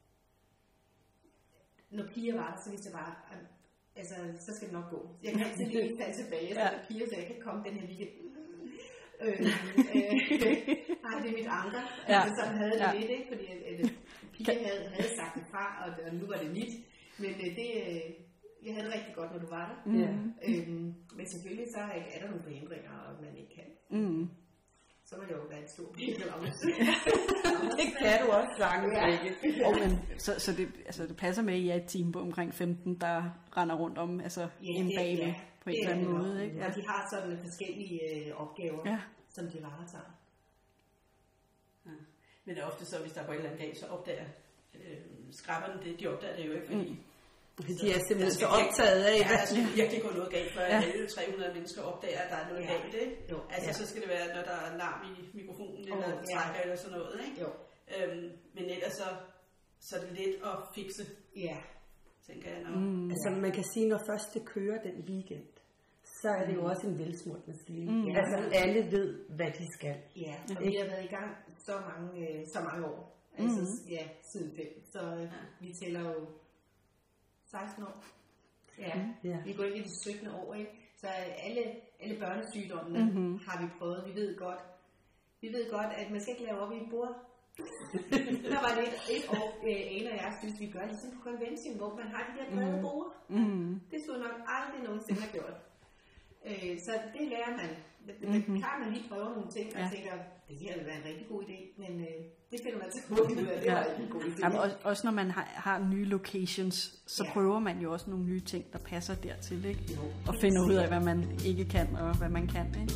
når piger var der, så vidste jeg bare, at, altså, så skal det nok gå. Jeg kan altid lige falde tilbage, så ja. Der piger, så jeg kan komme den her weekend. Øh, øh, nej, det er mit anker. Ja. Altså, sådan havde det ja. Lidt, ikke? Fordi at, at piger havde, havde sagt det fra, og, og nu var det mit. Men øh, det... Øh, jeg havde det rigtig godt, når du var der. Mm. Øhm, men selvfølgelig så er, er der nogle forhindringer, man ikke kan. Mm. Så må jeg jo være en stor pige. Det kan du også sange. Ja. Oh, men, så så det, altså, det passer med, at I er et team på omkring femten, der render rundt om altså, ja, en baby ja, på en eller anden måde. Ikke? Ja. Og de har sådan forskellige øh, opgaver, ja. Som de varetager. Ja. Men det er ofte så, hvis der er på et eller andet galt, så opdager øh, skraberne det. De opdager det jo ikke, fordi... Mm. De er simpelthen så optaget af, ja, altså, virkelig går noget galt, før ja. Alle tre hundrede mennesker opdager, at der er noget ja. Galt, ikke? Jo. Altså, ja. Så skal det være, når der er larm i mikrofonen, eller oh, trækker, ja. Eller sådan noget, ikke? Jo. Øhm, men ellers så, så er det let at fikse, ja. Tænker jeg. Når, mm. Altså, man kan sige, når først det kører den weekend, så er det jo også en velsmurt maskine. Mm. Ja. Altså, alle ved, hvad de skal. Ja, og vi har været i gang så mange, så mange år. Altså, mm. ja, siden fem. Så ja. Vi tæller jo seksten år. Ja, mm, yeah. Vi går ind i det syttende år, ikke? Så alle, alle børnesygdommene mm-hmm. har vi prøvet. Vi ved godt, vi ved godt, at man skal ikke lave op i et bord. Der var det et, et år, øh, en af jer synes, vi gør ligesom på convention, hvor man har de der brede mm. bord. Mm. Det skulle nok aldrig nogensinde have gjort. Øh, så det lærer man. Mm-hmm. Kan man lige prøve nogle ting, og ja. Tænker, det her vil være en rigtig god idé, men øh, det finder man til hurtigt ud af, det var ja. En god idé. Jamen, også, også når man har, har nye locations, så ja. Prøver man jo også nogle nye ting, der passer dertil, ikke? Jo. Og finder ud af, hvad man ikke kan, og hvad man kan, ikke?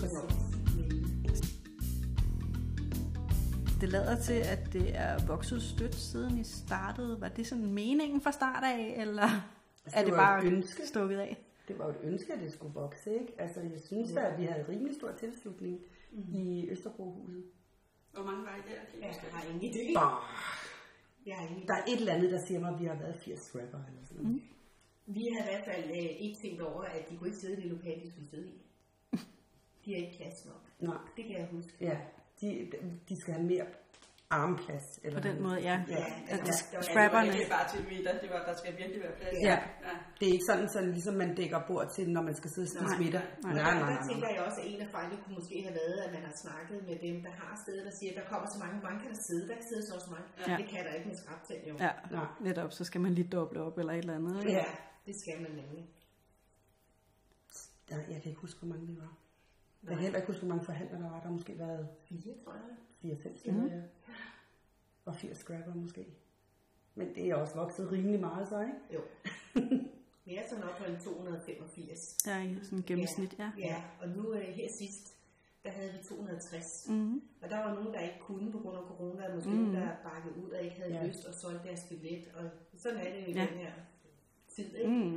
Det lader til, at det er vokset stødt, siden I startede. Var det sådan meningen fra start af, eller altså, er det bare ønske stukket af? Det var jo et ønske, at det skulle vokse, ikke? Altså, jeg synes da, at vi havde rimelig stor tilslutning mm. i Østerbrohuset. Hvor mange var I der? Ja, jeg har ingen idé. Jeg har ingen Der er et eller andet, der siger mig, at vi har været firs rapper eller sådan noget. Mm. Vi har i hvert fald øh, ikke tænkt over, at de kunne ikke sidde i det lokale, de skulle sidde i. De har ikke plads nok. Nej. Det kan jeg huske. Ja. De de, de skal have mere armplads. Eller på den måde, ja. ja. Altså, ja, scrapperne. Det er bare til middag, det var, der skal virkelig være plads. Ja. ja. Det er ikke sådan, sådan, ligesom man dækker bord til, når man skal sidde og spise middag. Nej, nej, nej. Der tænker jeg også, at en af fejlene kunne måske have været, at man har snakket med dem, der har stedet, der siger, at der kommer så mange, mange kan der sidde, der kan sidde så også mange. Ja. Det kan der ikke med skrabtænd, jo. Ja, ja, netop, så skal man lige doble op eller et eller andet. Ikke? Ja, det skal man nemlig. Ja, jeg kan ikke huske, hvor mange vi var. Jeg kan heller ikke huske, hvor mange forhandlere der var. Der har måske været fire, tror jeg. Fire, fem stykker, mm. ja. Og firs scrapper måske. Men det er også vokset rimelig meget, så ikke? Jo. Vi er sådan op på en to hundrede og femogfirs. Ja, sådan en gennemsnit, ja. Ja, og nu uh, her sidst, der havde vi to hundrede og tres. Mm. Og der var nogen, der ikke kunne på grund af corona, og måske mm. nogen, der bakkede ud og ikke havde ja. lyst og solgte deres billet. Og sådan er det jo i ja. den her tid, ikke? Mm.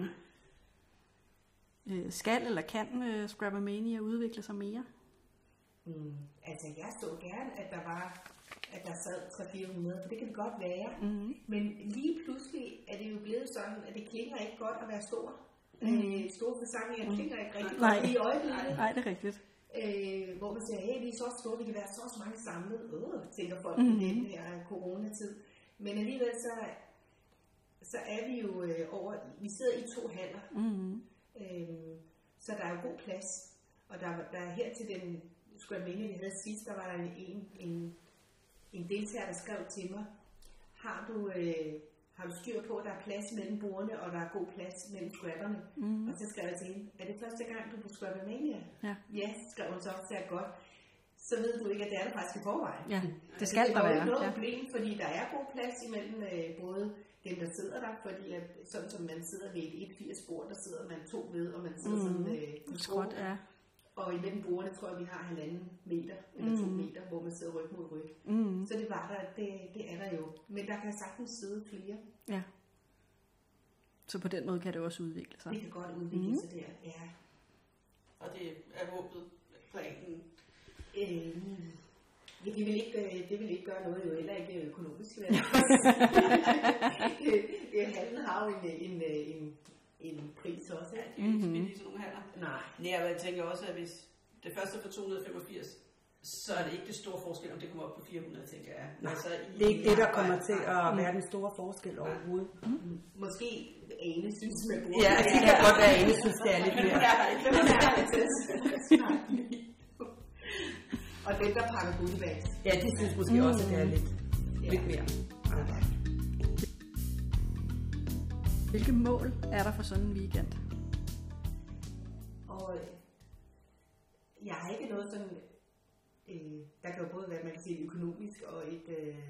Skal eller kan uh, Scrappermania udvikle sig mere? Mm. Altså, jeg så gerne, at der var, at der sad tre til fire hundrede, for det kan det godt være. Mm. Men lige pludselig er det jo blevet sådan, at det klinger ikke godt at være stor. Mm. Øh, store forsamlinger klinger ikke rigtig Nej. godt i øjeblikket. Nej, det er rigtigt. Øh, hvor man siger, hey, vi er så store, vi kan være så så mange samlet. Øh, tænker folk mm. i den her coronatid. Men alligevel så, så er vi jo øh, over, vi sidder i to haller. Mm. Øh, så der er jo god plads. Og der, der er her til den Scrappermania, vi havde sidst, der var der en, en, en deltager, der skrev til mig, har du, øh, har du styr på, at der er plads mellem bordene, og der er god plads mellem scrapperne? Mm. Og så skrev jeg til hende, er det første gang, du er på Scrappermania? Ja. Ja, skrev hun så også, det er godt. Så ved du ikke, at det er der faktisk i forvejen. Ja, det skal altså, der være. Det er jo ikke noget ja. problem, fordi der er god plads imellem øh, både dem, der sidder der, fordi at, sådan som man sidder ved et et komma firs bord, der sidder man to ved, og man sidder mm. sådan øh, på skråt, ja. Og imellem bordene tror jeg, vi har halvanden meter, eller mm. to meter, hvor man sidder ryg mod ryg. Mm. Så det var der, det, det er der jo. Men der kan sagtens sidde flere. Ja. Så på den måde kan det også udvikle sig. Det kan godt udvikle mm. sig der, ja. Og det er håbet, planen. Øh, ja, det, vil ikke, det vil ikke gøre noget, jo heller ikke økonomisk. Hallen har jo en, en, en en pris også. Ja, det er ikke mm-hmm. sådan nogle handler. Nej. Nej, men jeg tænker også, at hvis det første er for to hundrede og femogfirs, så er det ikke det store forskel, om det kommer op på fire hundrede, tænker jeg. Nej, altså, det er ikke det, der kommer til at være den store forskel overhovedet. Mm. Måske Ane synes med bordet. Ja, det kan godt være, Ane synes, det er lidt mere. Og dem, der pakker goodiebags. Ja, de synes måske mm. også, at det er lidt, ja. lidt mere. Okay. Hvilke mål er der for sådan en weekend? Og jeg har ikke noget sådan, øh, der kan jo både være, man kan sige, økonomisk og et, øh,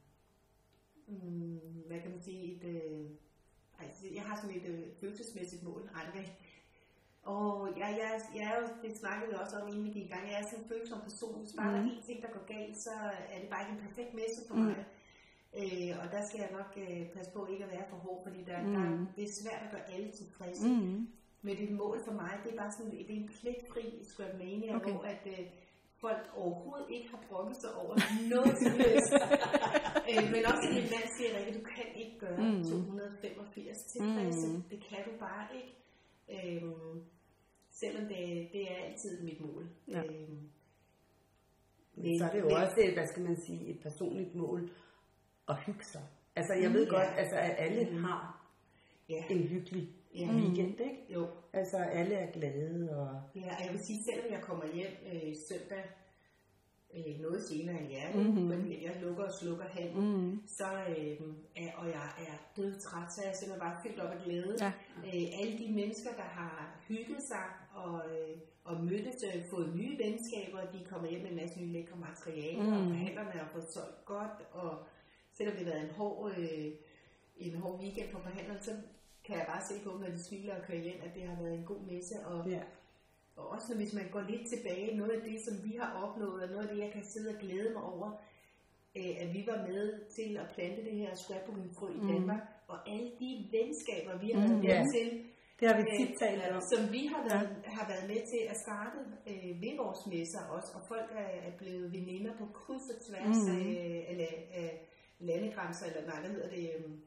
mm, hvad kan man sige, et, øh, altså, jeg har sådan et øh, følelsesmæssigt mål, aldrig. Og jeg, jeg, jeg er jo, det snakkede vi også om, inden vi gik i gang, jeg er sådan en følsom person, hvis bare mm. der er en ting, der går galt, så er det bare ikke en perfekt messe for mig. Mm. Øh, og der skal jeg nok øh, passe på ikke at være for hård, fordi der, mm. der, det er svært at gøre alle tilfredse. Mm. Men det mål for mig, det er bare sådan, det er en pligtfri Scrappermania, okay. hvor at øh, folk overhovedet ikke har brokket sig over noget som helst. øh, men også en mand siger, Rikke, du kan ikke gøre mm. to hundrede og femogfirs tilfredse. Mm. Det kan du bare ikke. Øh, selvom det, det er altid mit mål. Ja. Øh, men så er det jo men, også, hvad skal man sige, et personligt mål. Og hygge sig. Altså, jeg ved ja. godt, altså, at alle mm. har ja. en hyggelig ja. weekend, ikke? Jo. Altså, alle er glade. Og... Ja, og jeg vil sige, selvom jeg kommer hjem øh, søndag øh, noget senere end jer, mm-hmm. fordi jeg lukker og slukker hen, mm-hmm. så, øh, er, og jeg er dødtræt, så er jeg simpelthen bare fyldt op af glæde. Ja. Øh, alle de mennesker, der har hygget sig og, øh, og mødtes, øh, fået nye venskaber, de kommer hjem med en masse nye lækre materialer, mm. og forhandlerne har fået solgt godt, og selvom det har været en hård, øh, en hård weekend for forhandlerne, så kan jeg bare se på dem, når de smiler og kører hjem, at det har været en god messe. Og, ja. og også når, hvis man går lidt tilbage, noget af det, som vi har opnået, og noget af det, jeg kan sidde og glæde mig over, øh, at vi var med til at plante det her scrapbooking-frø i Danmark, mm. og alle de venskaber, vi har været mm, med yeah. til, det har vi tit talt om. Som vi har været, ja. har været med til at starte øh, ved vores messer også, og folk er, er blevet veninder på kryds og tværs mm. af, af, af landegrænser, eller nej, hvad hedder det?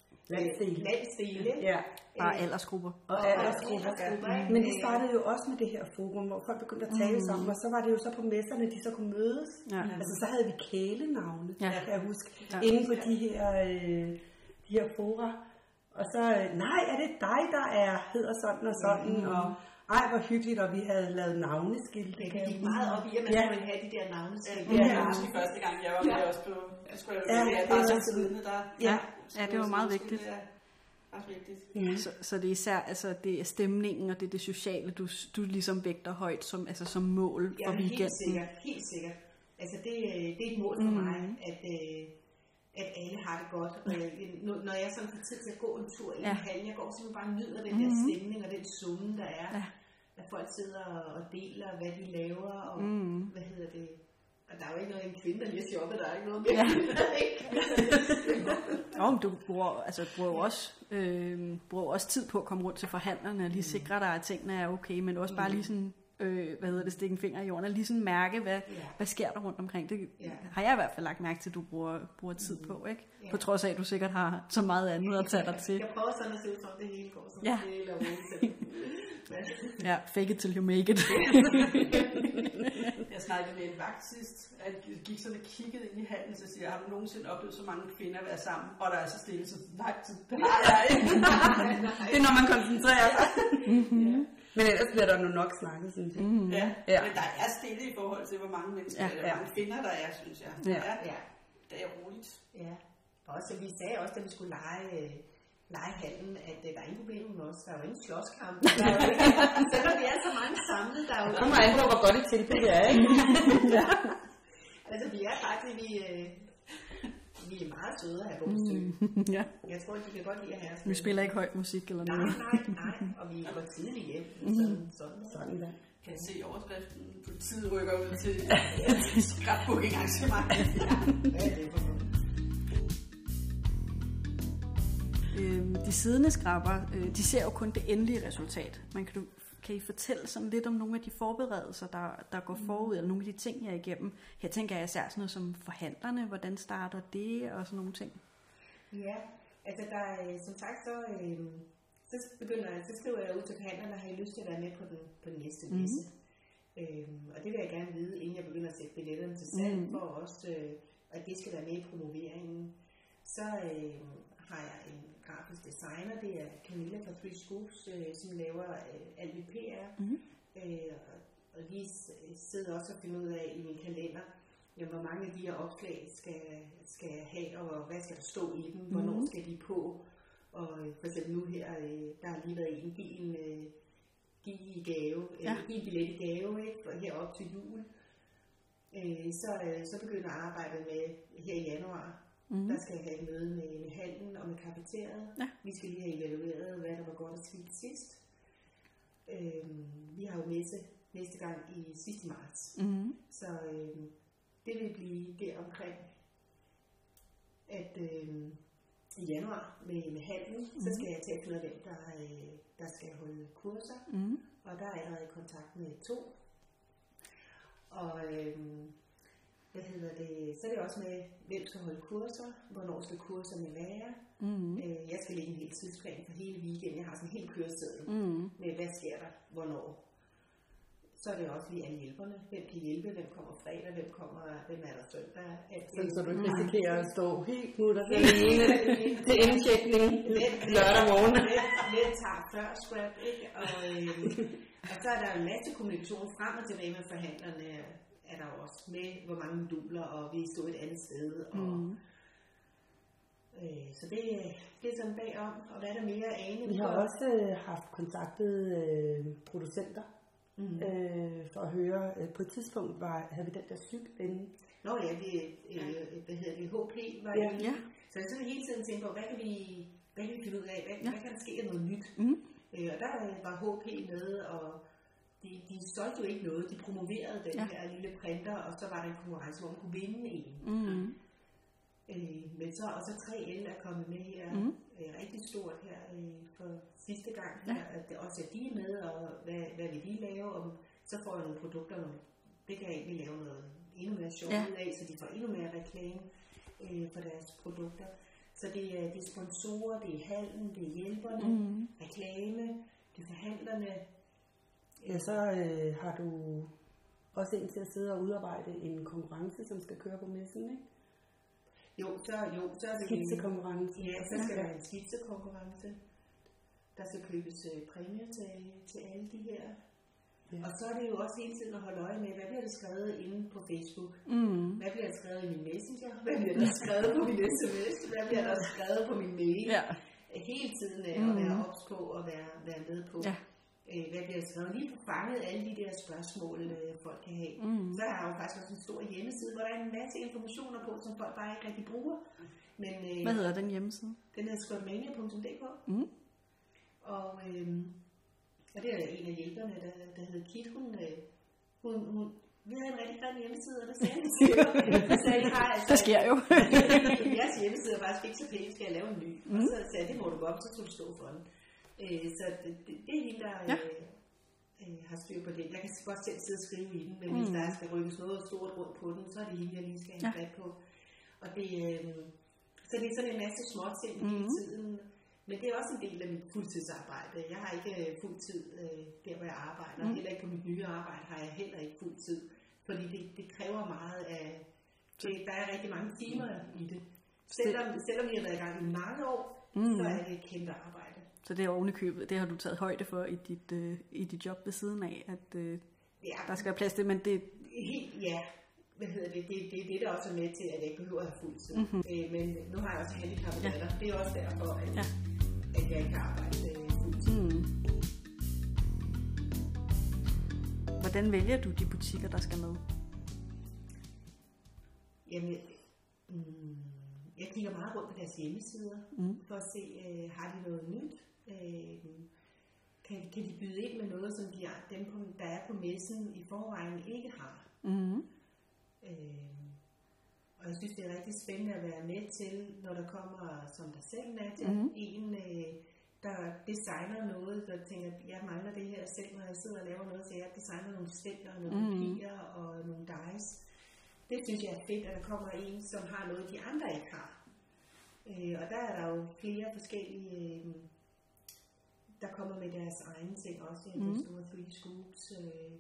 landsdele. landsdele. Ja. Bare aldersgrupper. Og aldersgrupper. Mm. Men det startede jo også med det her forum, hvor folk begyndte at tale mm. sammen, og så var det jo så på messerne, de så kunne mødes. Ja. Altså så havde vi kælenavne, ja. kan jeg huske, ja. inde på de her, øh, de her fora. Og så, nej, er det dig, der er, hedder sådan og sådan, mm. og ej, hvor hyggeligt, og vi havde lavet navneskilte. Det gik meget op i, at man ja. skulle have de der navneskilte. Ja, det var de første gang, jeg var med også på, jeg skulle jo ja, det bare så siddende der. Ja, ja, det var meget vigtigt. Det er også vigtigt. Ja. Så, så det er især altså, det er stemningen, og det er det sociale, du, du ligesom vægter højt som, altså, som mål for ja, weekenden. Helt sikkert, helt sikkert. Altså det, det er et mål for mm. mig, at, at alle har det godt. Og når jeg sådan får tid til at gå en tur i ja. en halv, jeg går simpelthen bare og nyder den mm. der stemning og den summen, der er. Ja. At folk sidder og deler, hvad de laver, og mm. hvad hedder det. Og der er jo ikke noget en kvinde, der lige har shoppet, der er ikke noget mere. Ja. Jo, du bruger, altså, bruger, også, øh, bruger også tid på at komme rundt til forhandlerne og lige sikre dig, at tingene er okay, men også bare lige sådan, øh, hvad hedder det, stikke en finger i jorden, og lige sådan mærke, hvad, ja. hvad sker der rundt omkring. Det ja. har jeg i hvert fald lagt mærke til, at du bruger, bruger tid på, ikke? Ja. På trods af, at du sikkert har så meget andet at tage dig til. Jeg prøver sådan at se ud som det hele går, som ja. det hele er ude. Ja, fake it till you make it. Jeg snakkede med en vagt sidst, at jeg gik sådan og kiggede ind i hallen, så siger jeg, har du nogensinde oplevet så mange kvinder være sammen, og der er så stille, så nej, det har jeg ikke. Det er når man koncentrerer sig. Mm-hmm. Ja. Men ellers bliver der nu nok snakket, synes jeg. Mm-hmm. Ja. ja, men der er stille i forhold til, hvor mange mennesker, ja. eller hvor mange kvinder der er, synes jeg. Ja. Ja. Ja. Det er roligt. Ja, og også, vi sagde også, da vi skulle lege... legehallen, at der er ingen problem med os. Der er jo ingen slåskamp. Selvom vi er så mange samlet, der er jo... Det kommer an på, hvor godt et tilbud det er, ikke? Ja. Altså, vi er faktisk, vi, øh, vi er meget søde at have på besøg. Mm, ja. Jeg tror, de kan godt lide at have os. Vi spiller ikke høj musik eller noget. Nej, nej, nej. Og vi går tidligt hjem. Sådan, sådan, sådan der. Kan jeg se overskriften? Politiet rykker ud til scrapbooking-arrangement. Ja, det er for De siddende skrapper, de ser jo kun det endelige resultat. Men kan, du, kan I fortælle sådan lidt om nogle af de forberedelser, der, der går forud, eller nogle af de ting, jeg er igennem? Her tænker jeg især sådan noget som forhandlerne, hvordan starter det, og sådan nogle ting. Ja, altså der, som sagt, så, øh, så, begynder, så skriver jeg ud til forhandlerne, har I lyst til at være med på den, på den næste liste? Mm-hmm. Øhm, og det vil jeg gerne vide, inden jeg begynder at sætte billetterne til salg, mm-hmm. for også, øh, at det skal være med i promoveringen. Så øh, har jeg en grafisk designer, det er Camilla fra Free Scoops, øh, som laver øh, alt mit P R. Mm-hmm. Øh, og, og lige sidder også og finder ud af i min kalender, jamen, hvor mange af de her opslag skal, skal jeg have, og hvad skal der stå i dem, mm-hmm. hvornår skal de på. Og øh, for eksempel nu her, øh, der har lige været en bil øh, give i gave, ja. øh, give en billet i gave, ikke, for herop til jul. Øh, så, øh, så begynder jeg at arbejde med her i januar. Mm-hmm. Der skal jeg have et møde med, med hallen og med kafeteriet. Ja. Vi skal lige have evalueret, hvad der var godt og skidt sidst. Øhm, vi har jo messe næste gang i sidste marts. Mm-hmm. Så øhm, det vil blive der omkring, at øhm, i januar med, med hallen, mm-hmm. så skal jeg til at finde hvem, der, øh, der skal holde kurser. Mm-hmm. Og der er jeg allerede i kontakt med to. Og... Øhm, Hvad hedder det? Så er det også med, hvem skal holde kurser, hvornår skal kurserne være. Mm-hmm. Øh, jeg skal lægge en hel tidsplan for hele weekenden. Jeg har sådan en hel køreseddel mm-hmm. med, hvad sker der, hvornår. Så er det også lige alle hjælperne. Hvem kan hjælpe, hvem kommer fredag, hvem kommer, hvem er der søndag. Så, så du ikke risikerer at stå helt mutter alene til indtjekning lørdag morgen. Hvem tager før scrap, ikke? Og, øh, og så er der en masse kommunikation frem og tilbage med forhandlerne. Er der også med, hvor mange moduler, og vi stod et andet sted. Og, mm. øh, så det, det er sådan bagom, og hvad er der mere ane? Vi har også øh, haft kontaktet øh, producenter, mm. øh, for at høre, øh, på et tidspunkt var, havde vi den der cykel inde. Nå ja, det, øh, hvad hedder det, H P var ja. inde. Ja. Så jeg sådan hele tiden tænkte på, hvad kan vi, hvad kan vi finde ud af, hvad, ja. hvad kan der ske af noget nyt? Mm. Øh, og der var H P med, og De, de solgte jo ikke noget. De promoverede den ja. her lille printer, og så var der en konkurrence, hvor man kunne vinde en. Mm. Øh, men så, og så tre L er kommet med her, mm. øh, rigtig stort her øh, for sidste gang, her, ja. at det også er de med, og hvad, hvad vil de lave, og så får jeg nogle produkter, nogle, det kan jeg egentlig lave noget endnu mere sjovt ja. ud af, så de får endnu mere reklame øh, for deres produkter. Så det er, det er sponsorer, det er handlen, det er hjælperne, mm. reklame, det er forhandlerne. Ja, så øh, har du også en til at sidde og udarbejde en konkurrence, som skal køre på messen, ikke? Jo, så, jo, så er det skitsekonkurrence. Ja, så skal der være en skitsekonkurrence. Der skal købes øh, præmier til, til alle de her. Ja. Og så er det jo også hele tiden at holde øje med, hvad bliver der skrevet inde på Facebook? Mm. Hvad bliver der skrevet i min Messenger? Hvad bliver der skrevet på min sms? Hvad bliver der skrevet på min mail? Ja. Hele tiden øh, mm. at være ops på og være, være med på. Ja. Øh, hvad bliver der skrevet? Lige på fanget alle de der spørgsmål, øh, folk kan have. Mm. Så har jeg jo faktisk også en stor hjemmeside, hvor der er en masse informationer på, som folk bare ikke rigtig bruger. Men, øh, hvad hedder den hjemmeside? Den hedder squatmania punktum d k. Mm. Og, øh, og det er en af hjælperne, der, der hedder Kit. Hun, øh, hun, hun, vi havde en rigtig grim hjemmeside, og der sagde jeg til mig. Altså, det sker jo. Jeres hjemmeside er faktisk ikke så pænt, skal jeg lave en ny? Mm. Og så sagde jeg, det må du godt, så skal du stå for den. Øh, så det, det, det er hende, der ja. øh, øh, har styr på det. Jeg kan godt selv sidde og skrive i den, men mm. hvis der skal rykkes noget stort rundt på den, så er det hende, jeg lige skal have fat på. Og det, øh, så det er sådan en masse småting mm. hele tiden. Men det er også en del af mit fuldtidsarbejde. Jeg har ikke fuldtid øh, der, hvor jeg arbejder. Mm. Heller ikke på mit nye arbejde har jeg heller ikke fuldtid. Fordi det, det kræver meget af... Det, der er rigtig mange timer i det. Selvom, selvom vi har været i gang i mange år, mm. så er det et kæmpe arbejde. Så det er ovenikøbet, det har du taget højde for i dit, øh, i dit job ved siden af, at øh, ja, der skal være plads til, men det... Helt, ja, hvad hedder det? Det er det, det, der også er med til, at jeg ikke behøver at have fuldtid. Mm-hmm. Øh, men nu har jeg også handicappet ja. Det er også derfor, at, ja. at jeg ikke kan arbejde øh, fuldtid. Mm. Hvordan vælger du de butikker, der skal med? Jamen, mm, jeg kigger meget rundt på deres hjemmesider, mm. for at se, øh, har de noget nyt? Øh, kan, kan de byde ind med noget, som de, dem, der er på messen i forvejen ikke har? Mm. Øh, og jeg synes, det er rigtig spændende at være med til, når der kommer, som der selv Nadia, mm. en, øh, der designer noget, der tænker, jeg mangler det her selv, når jeg sidder og laver noget, så jeg designer nogle stempler, nogle mm. papirer og nogle dice. Det synes jeg er fedt, at der kommer en, som har noget, de andre ikke har. Øh, og der er der jo flere forskellige, øh, der kommer med deres egne ting også, i mm. den store Three Scoops. Øh,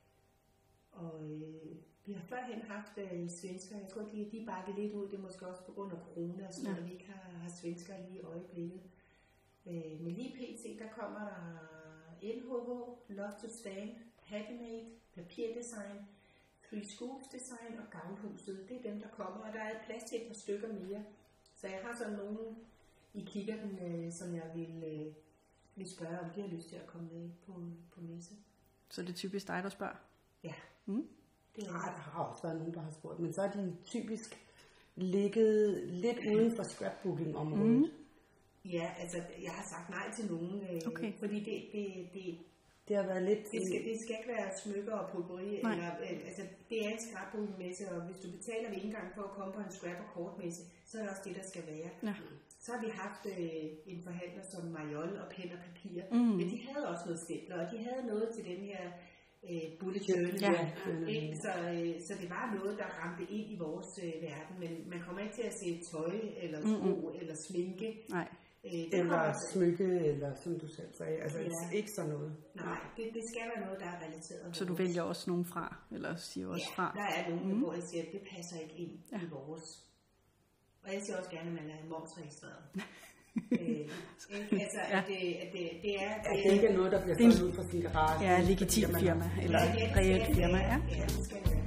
og øh, vi har førhen haft øh, svensker, jeg tror, de, de bakket lidt ud, det er måske også på grund af corona, så ja. vi ikke har, har svensker lige i øjeblikket. Øh, men lige pt, der kommer der N H H, Love to Stand, Happy Made, Papirdesign, Three Scoops Design og Gavnhuset. Det er dem, der kommer, og der er plads til et par stykker mere. Så jeg har sådan nogle i kikkerten, øh, som jeg vil, øh, vil spørge, om de har lyst til at komme med på, på messe. Så det er typisk dig, der spørger? Ja. Mm. Det er ja, der har også været nogen, der har spurgt, men så er de typisk ligget lidt uden for scrapbooking-området. Mm. Ja, altså jeg har sagt nej til nogen, øh, okay. fordi det, det, det, det har været lidt... Det skal, det skal ikke være smykker og potpourri, eller øh, altså det er en scrapbooking-messe, og hvis du betaler ved indgang for at komme på en scrap- og kortmesse, så er det også det, der skal være. Ja. Så har vi haft øh, en forhandler som Mariol og pen og papir, mm. men de havde også noget stempler, og de havde noget til den her øh, bullet journal. Ja. Ja. Så, øh, så det var noget, der ramte ind i vores øh, verden, men man kommer ikke til at se tøj, eller sko, mm-hmm. eller sminke. Nej. Øh, eller smykke, eller som du selv sagde, altså ja. ikke sådan noget. Nej, det, det skal være noget, der er relateret. Så du vælger også nogen fra, eller siger også ja, fra? Der er nogen, mm. hvor jeg siger, at det passer ikke ind ja. i vores. Og jeg siger også gerne, at man er momsregistreret. øh, altså, ja. at det, at det, det er... Det, ja, det er ikke noget, der bliver solgt ud fra sin garage. Ja, legitimt firma, eller ja, reelt firma, ja. Ja, det skal det være.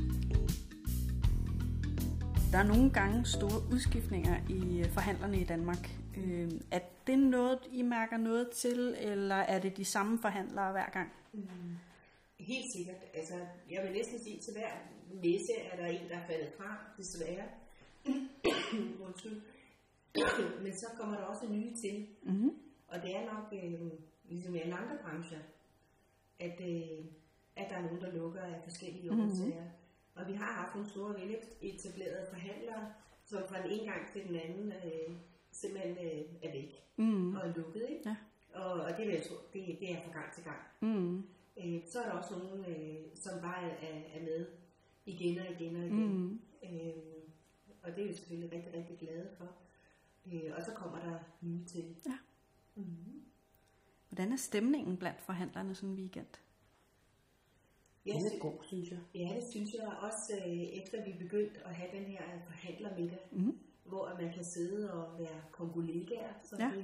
Der er nogle gange store udskiftninger i forhandlerne i Danmark. Øh, er det noget, I mærker noget til, eller er det de samme forhandlere hver gang? Mm. Helt sikkert. Altså, jeg vil næsten sige, til hver messe er der en, der er faldet fra, desværre. Men så kommer der også nye til. Mm-hmm. Og det er nok, øh, ligesom i alle andre brancher, at, øh, at der er nogen, der lukker af forskellige årsager. Mm-hmm. Og vi har haft nogle store veletablerede forhandlere, som fra den ene gang til den anden øh, simpelthen øh, er væk mm. og er lukket. Ikke? Ja. Og, og det, jeg tror, det, det er fra gang til gang. Mm. Øh, så er der også nogen, øh, som bare er, er med igen og igen og igen. Mm. Øh, og det er vi selvfølgelig rigtig, rigtig glade for. Øh, og så kommer der nye til. Ja. Mm-hmm. Hvordan er stemningen blandt forhandlerne sådan en weekend? Ja, det er god, synes jeg. Ja, det synes jeg også, øh, efter vi begyndte at have den her forhandlermiddag, Mm-hmm. hvor man kan sidde og være kongolegaer, som Ja.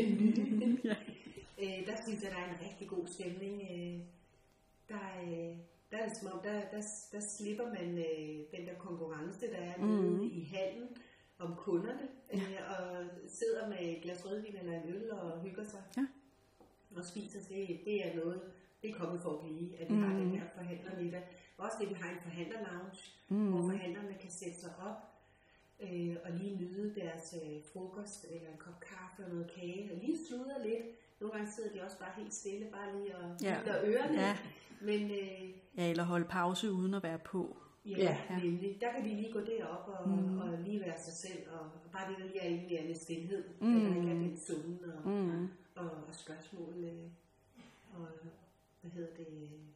det Ja. øh, der synes jeg, der er en rigtig god stemning. Øh, der, øh, der er det som om, der, der, der slipper man øh, den der konkurrence, der er Mhm. nede i hallen om kunderne, øh, og sidder med et glas rødvin eller en øl og hygger sig. Ja. Og spiser, det, det er noget, det er kommet for at blive, at vi Mhm. har den her forhandlermiddag. Også det, vi har en forhandlerlounge, Mhm. hvor forhandlerne kan sætte sig op øh, og lige nyde deres øh, frokost, eller en kop kaffe og noget kage, og lige sludre lidt. Nogle gange sidder de også bare helt stille, bare lige og Ja. lytter ørerne. Ja. Men øh, Ja, eller holde pause uden at være på. ja, Ja. ja. Nemlig, der kan de lige gå derop og, Mm. mm. og lige være sig selv, og, og bare det, der lige er egentlig er lidt stillhed. Mm. Mm. Der ikke er den summen og, Mm. og, og spørgsmål, øh, og hvad hedder det,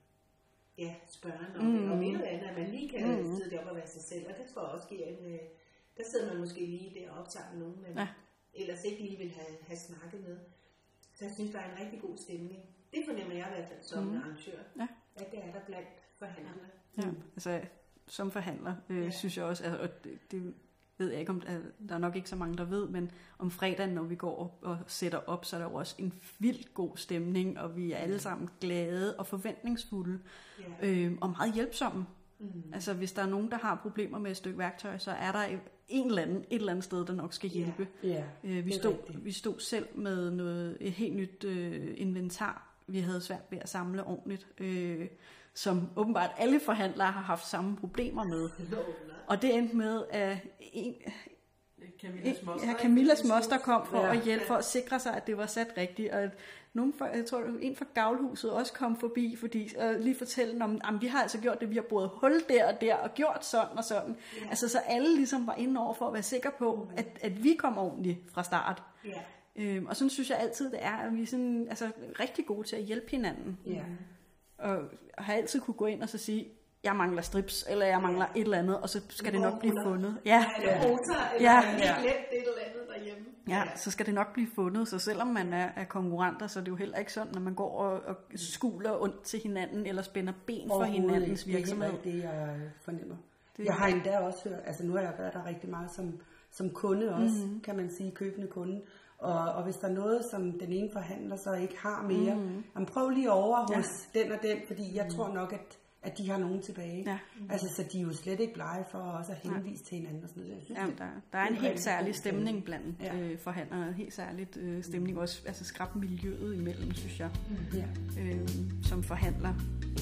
ja, spørgen om, Mm. mm. om et eller andet, at man lige kan Mm. mm. sidde deroppe og være sig selv, og det tror jeg også giver en, øh, der sidder man måske lige deroppe sammen med nogen, man Ja. ellers ikke lige vil have, have snakket med. Så jeg synes, der er en rigtig god stemning. Det fornemmer jeg i hvert fald som Mm. mm. arrangør, Ja. at det er der blandt forhandlerne. Ja, altså som forhandler, øh, Ja. synes jeg også, altså, og det, det ved jeg ikke, om altså, der er nok ikke så mange, der ved, men om fredagen, når vi går op og sætter op, så er der jo også en vildt god stemning, og vi er alle sammen glade og forventningsfulde, Ja. øh, og meget hjælpsomme. Mm. Altså hvis der er nogen, der har problemer med et stykke værktøj, så er der en eller anden, et eller andet sted, der nok skal hjælpe. Ja, Øh, vi, det er stod, rigtigt. vi stod selv med noget, et helt nyt øh, inventar, vi havde svært ved at samle ordentligt, øh, som åbenbart alle forhandlere har haft samme problemer med. Og det endte med, at en, Camillas moster. ja, Camillas moster kom for Ja. at hjælpe, for at sikre sig, at det var sat rigtigt. Og nogen fra, jeg tror, en fra Gavlhuset også kom forbi, fordi og lige fortælle om, at vi har altså gjort det, vi har boret hul der og der, og gjort sådan og sådan. Ja. Altså så alle ligesom var inde over for at være sikre på, at, at vi kom ordentligt fra start. Ja. Øhm, og sådan synes jeg altid, det er, at vi er sådan, altså, rigtig gode til at hjælpe hinanden. Ja. Og har altid kunne gå ind og så sige, jeg mangler strips, eller jeg mangler et eller andet, og så skal det nok blive fundet. Ja, Eller motor, eller Ja. ja. Ja. lidt et eller andet derhjemme. ja, så skal det nok blive fundet. Så selvom man er, er konkurrenter, så er det jo heller ikke sådan, når man går og, og skuler ondt til hinanden, eller spænder ben for hinandens virksomhed. Det er heller ikke det, jeg fornemmer. Det- Det, jeg har endda også hørt, altså nu har jeg været der rigtig meget som, som kunde også, Mhm. mm-hmm. kan man sige, købende kunde. Og, og hvis der er noget, som den ene forhandler så ikke har mere, Mhm. mm-hmm. jamen prøv lige over Ja. hos den og den, fordi jeg tror nok, at, at de har nogen tilbage. Ja. Altså, så de er jo slet ikke blege for også at henvise til hinanden og sådan noget. Jeg synes, Ja, det- der, der er en det helt rigtig særlig god stemning blandt Ja. øh, forhandlere, en helt særlig øh, stemning også, altså skrab miljøet imellem, synes jeg, Ja. øh, som forhandler.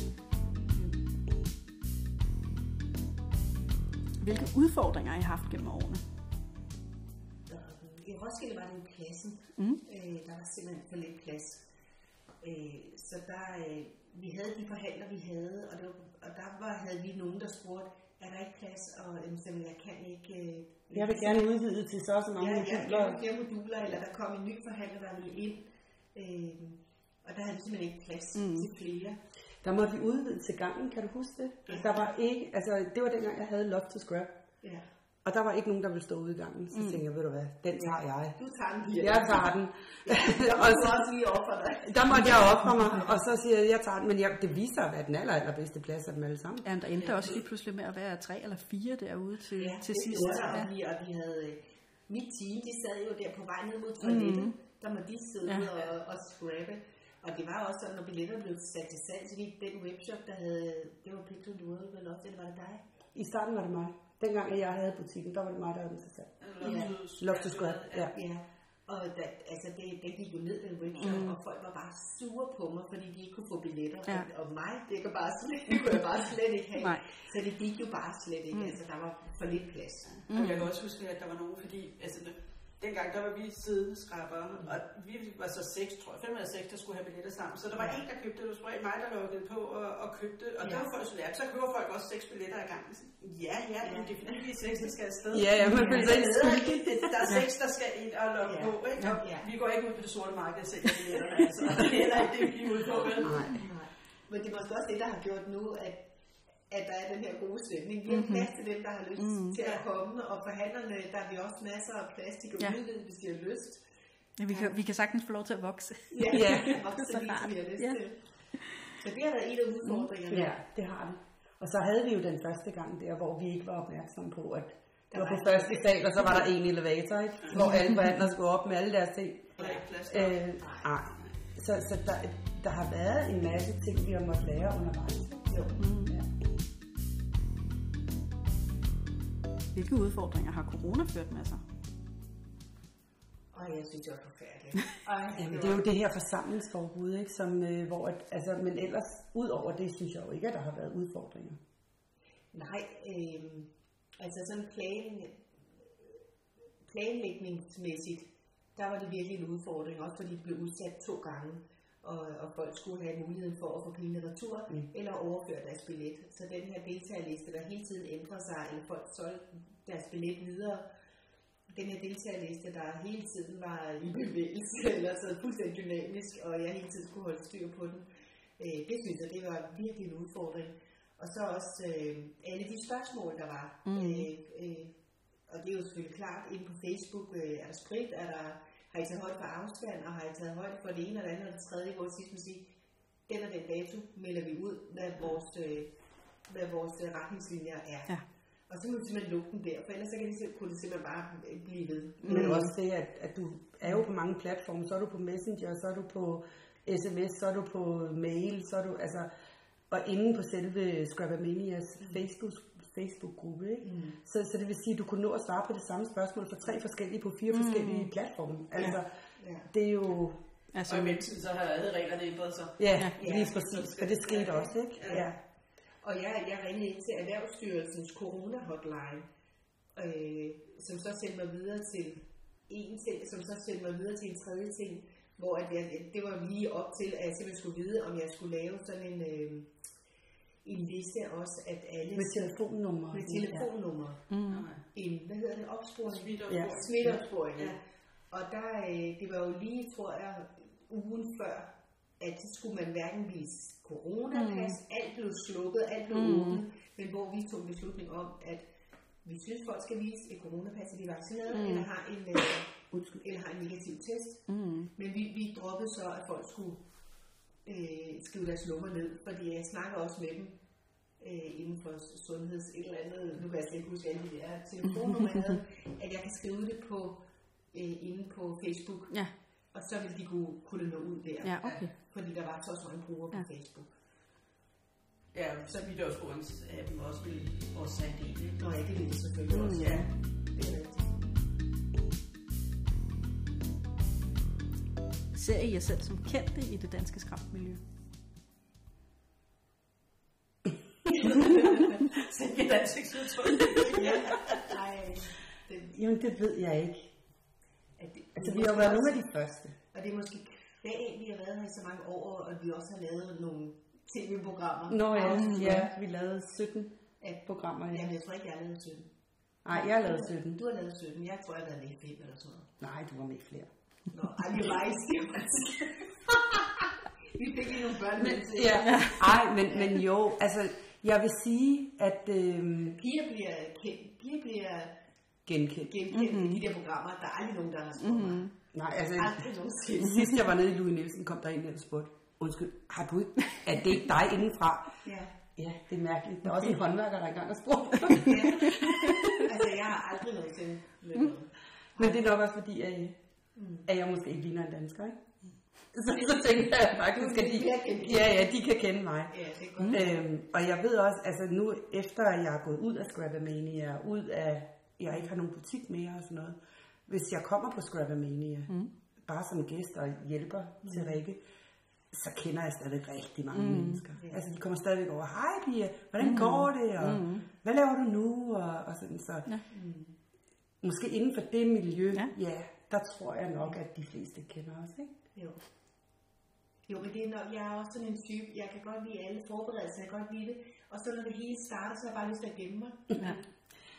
Hvilke udfordringer har I haft gennem årene? I Roskilde var det jo pladsen. Mm. Øh, der var simpelthen for lidt plads. Øh, så der, øh, vi havde de forhandlere, vi havde, og, det var, og der var, havde vi nogen, der spurgte, er der ikke plads? Og øh, så jeg kan ikke... Øh, Jeg vil gerne udvide til så og så mange ja, ja, moduler. ja, flere moduler, eller der kom en ny forhandler, der ville ind. Øh, og der havde vi simpelthen ikke plads Mm. mm. til flere. Der måtte vi udvide til gangen, kan du huske det? Ja. Der var ikke, altså det var dengang, jeg havde Love to Scrap. Ja. Og der var ikke nogen, der ville stå ude i gangen. Så Mm. tænkte jeg, ved du hvad, den tager jeg. Du tager den lige. Jeg tager den. Der Og må du så- også lige ofre dig. Der måtte jeg ofre mig, og så siger jeg, jeg tager den. Men jeg, det viser at være den aller, allerbedste plads af dem alle sammen. Ja, der endte også lige pludselig med at være tre eller fire derude til, Ja, til det sidst. gjorde der, Ja. og, vi, og vi havde... øh, Mit team, de sad jo der på vej ned mod toilettet. Mhm. Der må de sidde Ja. ja. og, og scrappe. Og det var også sådan, når billetter blev sat til salg, så gik den webshop, der havde... Det var Picture the World, vel også, eller var det dig? I starten var det mig. Dengang jeg havde butikken, der var det mig, der havde den til salg. Ja. Love to Scrap, ja. Ja. Og da, altså det, det gik jo ned den webshop, Mhm. mm. og folk var bare sure på mig, fordi de ikke kunne få billetter. Ja. Og, og mig, det kunne, bare slet, det kunne jeg bare slet ikke have. Nej. Så det gik jo bare slet ikke. Mm. Altså der var for lidt plads. Mm. Og jeg kan også huske, at der var nogen, fordi altså, dengang der var vi siddende skrabere, og vi var så seks, tror jeg, fem eller seks, der skulle have billetter sammen. Så der var en, der købte det, det var spredt mig, der lukkede på og, og købte, og ja. Der var folk så lært, så køber folk også seks billetter ad gangen. Ja, ja, men det er fordi, vi er seks, der skal afsted. Ja, ja, man føler sig ikke skyldig. Der er seks, der skal ind og lukke Ja. på, ikke? Og Ja. vi går ikke ud på det sorte marked og sælger billetterne, altså. Det er heller ikke det, vi er ude på, vel? Nej. Nej. Men det er måske også det, der har gjort nu, at at der er den her gode stemning. Vi har mm-hmm. plads til dem, der har lyst mm-hmm. til at komme, og forhandlerne, der er vi også masser af plads, de kan ja. udvide, hvis de har lyst. Ja, vi, kan, vi kan sagtens få lov til at vokse. Ja, ja. vokse så lige, vi har lyst ja. til. Så det har været en af udfordringerne. Ja, det har det. Og så havde vi jo den første gang der, hvor vi ikke var opmærksomme på, at det var på første sal, og så var der en elevator, ikke? Hvor alle forhandlere skulle op med alle deres ting. Øh, nej. Så, så der, der har været en masse ting, vi har måttet lære undervejs. Jo. Mm. Ja. Hvilke udfordringer har corona ført med sig? Og jeg synes, det var forfærdeligt. Jamen, det er jo det her forsamlingsforbud, ikke? Som, øh, hvor at, altså, men ellers, ud over det, synes jeg jo ikke, at der har været udfordringer. Nej, øh, altså sådan plan, planlægningsmæssigt, der var det virkelig en udfordring, også fordi det blev udsat to gange, og, og folk skulle have muligheden for at få pengene retur, mm. eller overføre deres billet. Så den her deltagerliste, der hele tiden ændrer sig, eller folk solgte deres billet videre, den her deltagerliste, der hele tiden var i bevægelse, eller så fuldstændig dynamisk, og jeg hele tiden skulle holde styr på den. Øh, det synes jeg, det var virkelig en udfordring. Og så også øh, alle de spørgsmål, der var. Mm. Øh, øh, og det er jo selvfølgelig klart, inde på Facebook, øh, er der sprit, er der, har I taget højde for afstand, og har I taget højde for det ene og det andet og det tredje, hvor sidst man siger, den og den dato melder vi ud, hvad vores, øh, hvad vores retningslinjer er. Ja. Og så må vi simpelthen lukke den der, for ellers så kan det, kunne det simpelthen bare blive ved. Mm. Men også det, at, at du er jo på mange platforme, så er du på Messenger, så er du på sms, så er du på mail, så er du, altså, og inde på selve Scrappermanias Facebook, Facebook-gruppe, ikke? Mm. Så, så det vil sige, at du kunne nå at svare på det samme spørgsmål for tre forskellige, på fire mm. forskellige platforme. Altså, ja. Det er jo... Altså, og i mellemtiden så havde reglerne ændret sig. Ja, ja, lige præcis, og det skete også, ikke? Ja. Ja. Og jeg, jeg ringede ind til Erhvervsstyrelsens corona-hotline, øh, som så sendte mig videre til en ting, som så sendte mig videre til en tredje ting, hvor at jeg, det var lige op til, at jeg simpelthen skulle vide, om jeg skulle lave sådan en, øh, en liste også, at alle... Med telefonnummer. Med telefonnummer. Ja. Mm. En, hvad hedder det, opsporing? Smitteopsporing. Ja. Smitteopsporing, ja. Og der, øh, det var jo lige, tror jeg, ugen før, at så skulle man hverken vise coronapas, mm. alt blev slukket, alt blev mm. åbnet, men hvor vi tog en beslutning om, at vi synes, folk skal vise et coronapas, at de er vaccineret, mm. eller har en, øh, eller har en negativ test. Mm. Men vi, vi droppede så, at folk skulle øh, skrive deres nummer ned, fordi jeg snakker også med dem øh, inden for sundheds et eller andet, nu kan jeg slet ikke huske alle de der telefonnummer, at jeg kan skrive det på øh, inde på Facebook. Ja. Og så ville de kunne, kunne nå ud der, ja, okay. fordi der var så også mange brugere på ja. Facebook. Ja, så vidt også Smitteopsporings appen også ville også have en del. Nå ja, det ville det selvfølgelig mm. også. Ja, det er rigtigt. Ser I jer selv som kendte i det danske skrapmiljø? Så er det ansigtsudtryk. Ja, nej. Jamen, det ved jeg ikke. Det, altså, vi har været nogle af de første. Og det er måske kvæg, vi har været her i så mange år, og vi også har lavet nogle tv-programmer. Nå ja, ja, vi lavede sytten ja. programmer. Ja. Jamen, jeg tror ikke, jeg har lavet sytten. Nej, jeg har lavet sytten. Du har lavet sytten. Jeg tror, jeg har været med i fem eller sådan noget. Nej, du var med i flere. Nå, ej, vi var i stemmer. Vi fik lige nogle børn med til. Ja. Ej, men, men jo, altså, jeg vil sige, at... Øhm, piger bliver kendt. Piger bliver... genkendt. Genkendt mm-hmm. i de der programmer. Der er aldrig nogen, der har spurgt mig. Mm-hmm. Nej, altså, sidst jeg var nede i Louis Nielsen, kom der ind og spurgte, undskyld, har du ikke, er det ikke dig indenfra? Ja. Ja, det er mærkeligt. Der er også en håndværker, der engang har spurgt. Ja. Altså, jeg har aldrig nogensinde løbet noget. Men det er nok også fordi, at, at jeg måske ikke ligner en dansker, ikke? Så, så tænker jeg faktisk, at de, ja, ja, de kan kende mig. Ja, det er godt. Øhm, og jeg ved også, altså nu efter jeg er gået ud af Scrappermania, ud af, jeg ikke har nogen butik mere og sådan noget, hvis jeg kommer på Scrappermania, mm. bare som gæst og hjælper mm. til Rikke, så kender jeg stadig rigtig mange mm. mennesker. Yeah. Altså de kommer stadigvæk over, hej Pia, hvordan mm. går det, og mm. hvad laver du nu, og, og sådan så. Ja. Mm. Måske inden for det miljø, ja. ja, der tror jeg nok, at de fleste kender os, ikke? Jo. Jo, men det er nok, jeg er også sådan en type, jeg kan godt lide alle forberedelser, jeg kan godt lide det, og så når det hele starter, så har jeg bare lyst til at gemme mig. Ja.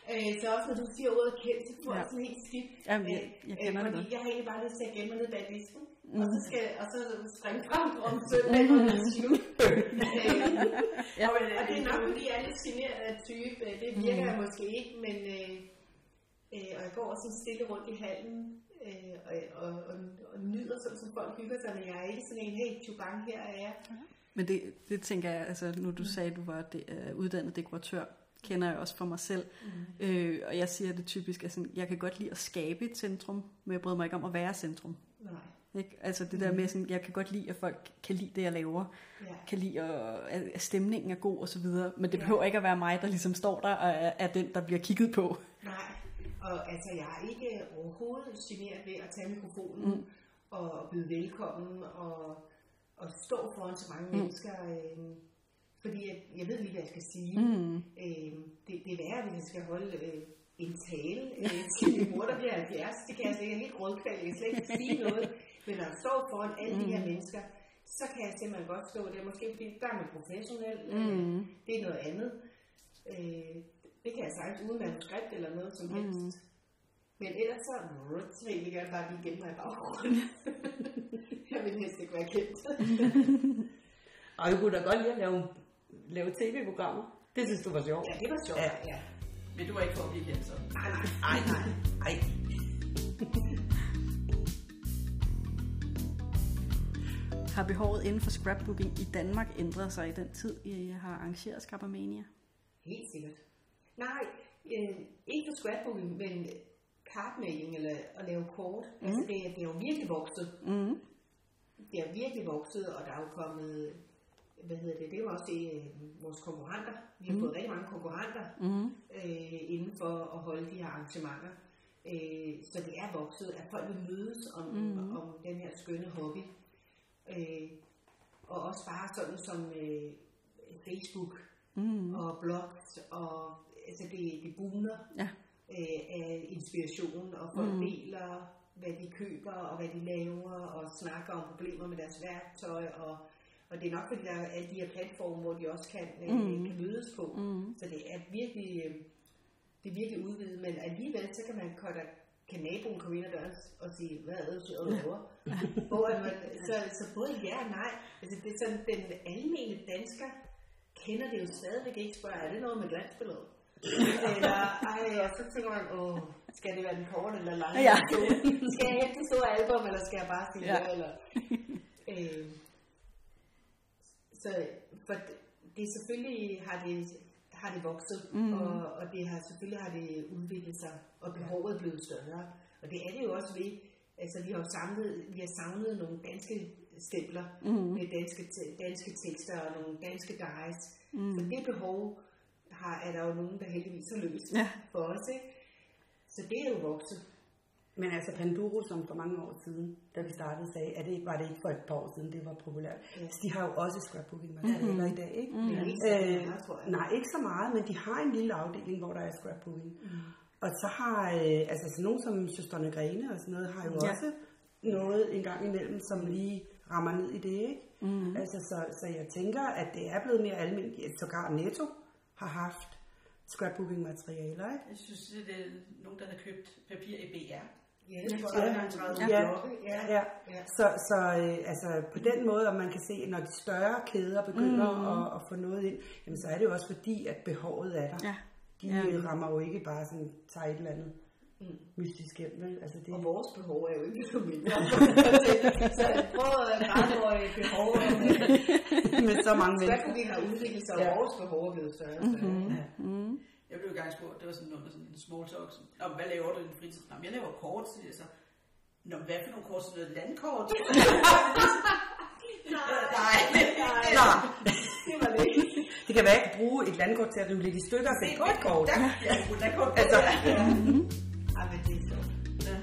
Øh, så også når du siger ordet kendt, så får jeg Ja. sådan helt skidt. Jamen, jeg, jeg kender øh, det fordi godt. jeg har egentlig bare lyst til at gemme mig ned bag disken. Mm. Og så skal og så springe frem om søndag, og det er slut. Øh, Ja. og, og det er nok, fordi jeg er lidt generet af type. Det virker jeg måske ikke, men øh, øh, og jeg går også sådan stille rundt i hallen, øh, og, og, og, og nyder sådan, som folk hygger sig, men jeg er ikke sådan en, hey, tjubang, her er jeg. Men det, det tænker jeg, altså nu du sagde, at du var de, uh, uddannet dekoratør, kender jeg også for mig selv. Mm. Øh, og jeg siger det typisk, altså jeg kan godt lide at skabe et centrum, men jeg bryder mig ikke om at være centrum. Nej. Ikke? Altså det der med, sådan, jeg kan godt lide, at folk kan lide det, jeg laver. Ja. Kan lide, at, at stemningen er god og så videre. Men det behøver ikke at være mig, der ligesom står der og er, er den, der bliver kigget på. Nej, og altså jeg er ikke overhovedet generet ved at tage mikrofonen mm. og byde velkommen og, og stå foran så mange mm. mennesker. Øh, fordi jeg, jeg ved lige, hvad jeg skal sige. Mm. Øh, det, det er værre, hvis jeg skal holde øh, en tale øh, til min mor, der bliver halvfjerds. Det kan jeg slet ikke helt rådkvalg. Jeg kan slet ikke sige noget. Men når jeg står foran alle mm. de her mennesker, så kan jeg simpelthen godt stå der. Måske fordi der er man professionel. Mm. Det er noget andet. Øh, det kan jeg sagtens uden manuskript eller noget som helst. Mm. Men ellers så, så vil jeg gerne bare lige gemme mig i baggrunden. Jeg vil helst ikke være kendt. Og jeg kunne da godt lide at lave, lave tv-programmer. Det synes du var sjovt. Ja, det var sjovt, ja. ja. Men du er ikke for at blive kendt, så? Nej, nej, nej, nej. Har behovet inden for scrapbooking i Danmark ændret sig i den tid, I har arrangeret Scrappermania? Helt sikkert. Nej, øh, ikke for scrapbooking, men cardmaking eller at lave kort. Mm. Altså det, det er jo virkelig vokset. Mm. Det er virkelig vokset, og der er jo kommet, hvad hedder det, det er jo også det, øh, vores konkurrenter. Vi har mm. fået rigtig mange konkurrenter mm. øh, inden for at holde de her arrangementer. Øh, så det er vokset, at folk vil mødes om, mm. om den her skønne hobby. Øh, og også bare sådan som øh, Facebook mm. og blogs, og altså det, det boomer ja. øh, af inspiration, og folk mm. deler, hvad de køber og hvad de laver, og snakker om problemer med deres værktøj, og, og det er nok fordi der er alle de her platforme, hvor de også kan, øh, mm. kan mødes på, mm. så det er virkelig øh, det er virkelig udvidet, men alligevel så kan man korte kan naboen komme ind ad døren og sige, hvad er det, du laver? Hvor man, så, så både ja og nej. Altså, det er sådan, den almene dansker kender det jo stadigvæk ikke, spørger, er det noget med glansbillede? Eller, ej, og så tænker man, åh, skal det være den korte eller lange? Ja. Skal jeg have det store album, eller skal jeg bare sige ja. det? Eller, øh, så for det selvfølgelig har det har det vokset, mm. og, og det har selvfølgelig har det udviklet sig, og behovet er blevet større. Og det er det jo også ved, altså vi har samlet, vi har savnet nogle danske stempler mm. med danske, danske tekster og nogle danske dies. Mm. Så det behov har, er der jo nogen, der heldigvis har løst ja. for os, ikke? Så det er jo vokset. Men altså Panduro, som for mange år siden, da vi startede, sagde, at det ikke var det ikke for et par år siden, det var populært. Ja. De har jo også scrapbooking materialer mm-hmm. i dag, ikke? Mm. Øh, ikke øh, meget, tror jeg. Nej, ikke så meget, men de har en lille afdeling, hvor der er scrapbooking. Mm. Og så har, øh, altså sådan nogen som Søstrene Grene og sådan noget, har jo ja. også noget en gang imellem, som lige rammer ned i det, ikke? Mm. Altså, så, så jeg tænker, at det er blevet mere almindeligt. Sågar Netto har haft scrapbooking materialer, ikke? Jeg synes, det er nogen, der har købt papir i B R. Ja, det tror jeg, ja. Ja. Ja. Ja. Ja. Så, så øh, altså, på den måde, om man kan se, når de større kæder begynder mm. at, at få noget ind, jamen, så er det jo også fordi, at behovet er der. Ja. De ja. rammer jo ikke bare sådan, tager et eller andet mm. mystisk hjem, vel? Altså, det... Og vores behov er jo ikke så mindre. Så prøv at græde behov med så mange mennesker. Hvad kunne vi have udviklet sig, og ja. vores behov er blevet større? Mm-hmm. Ja. Mm. Jeg blev i gang spurgt, det var sådan under sådan en small talk. Nå, hvad laver du i din fritid? Nå, jeg laver kort, siger jeg så. Nå, hvad for nogle kort? Sådan noget landkort? Nej. Nej. Nej. Det var det. Det kan være, at jeg kan bruge et landkort til at rive lidt i stykker og finde på et kort. Ja, jeg bruger et landkort. Altså. Ja. Ej, men det er sjovt. Ja.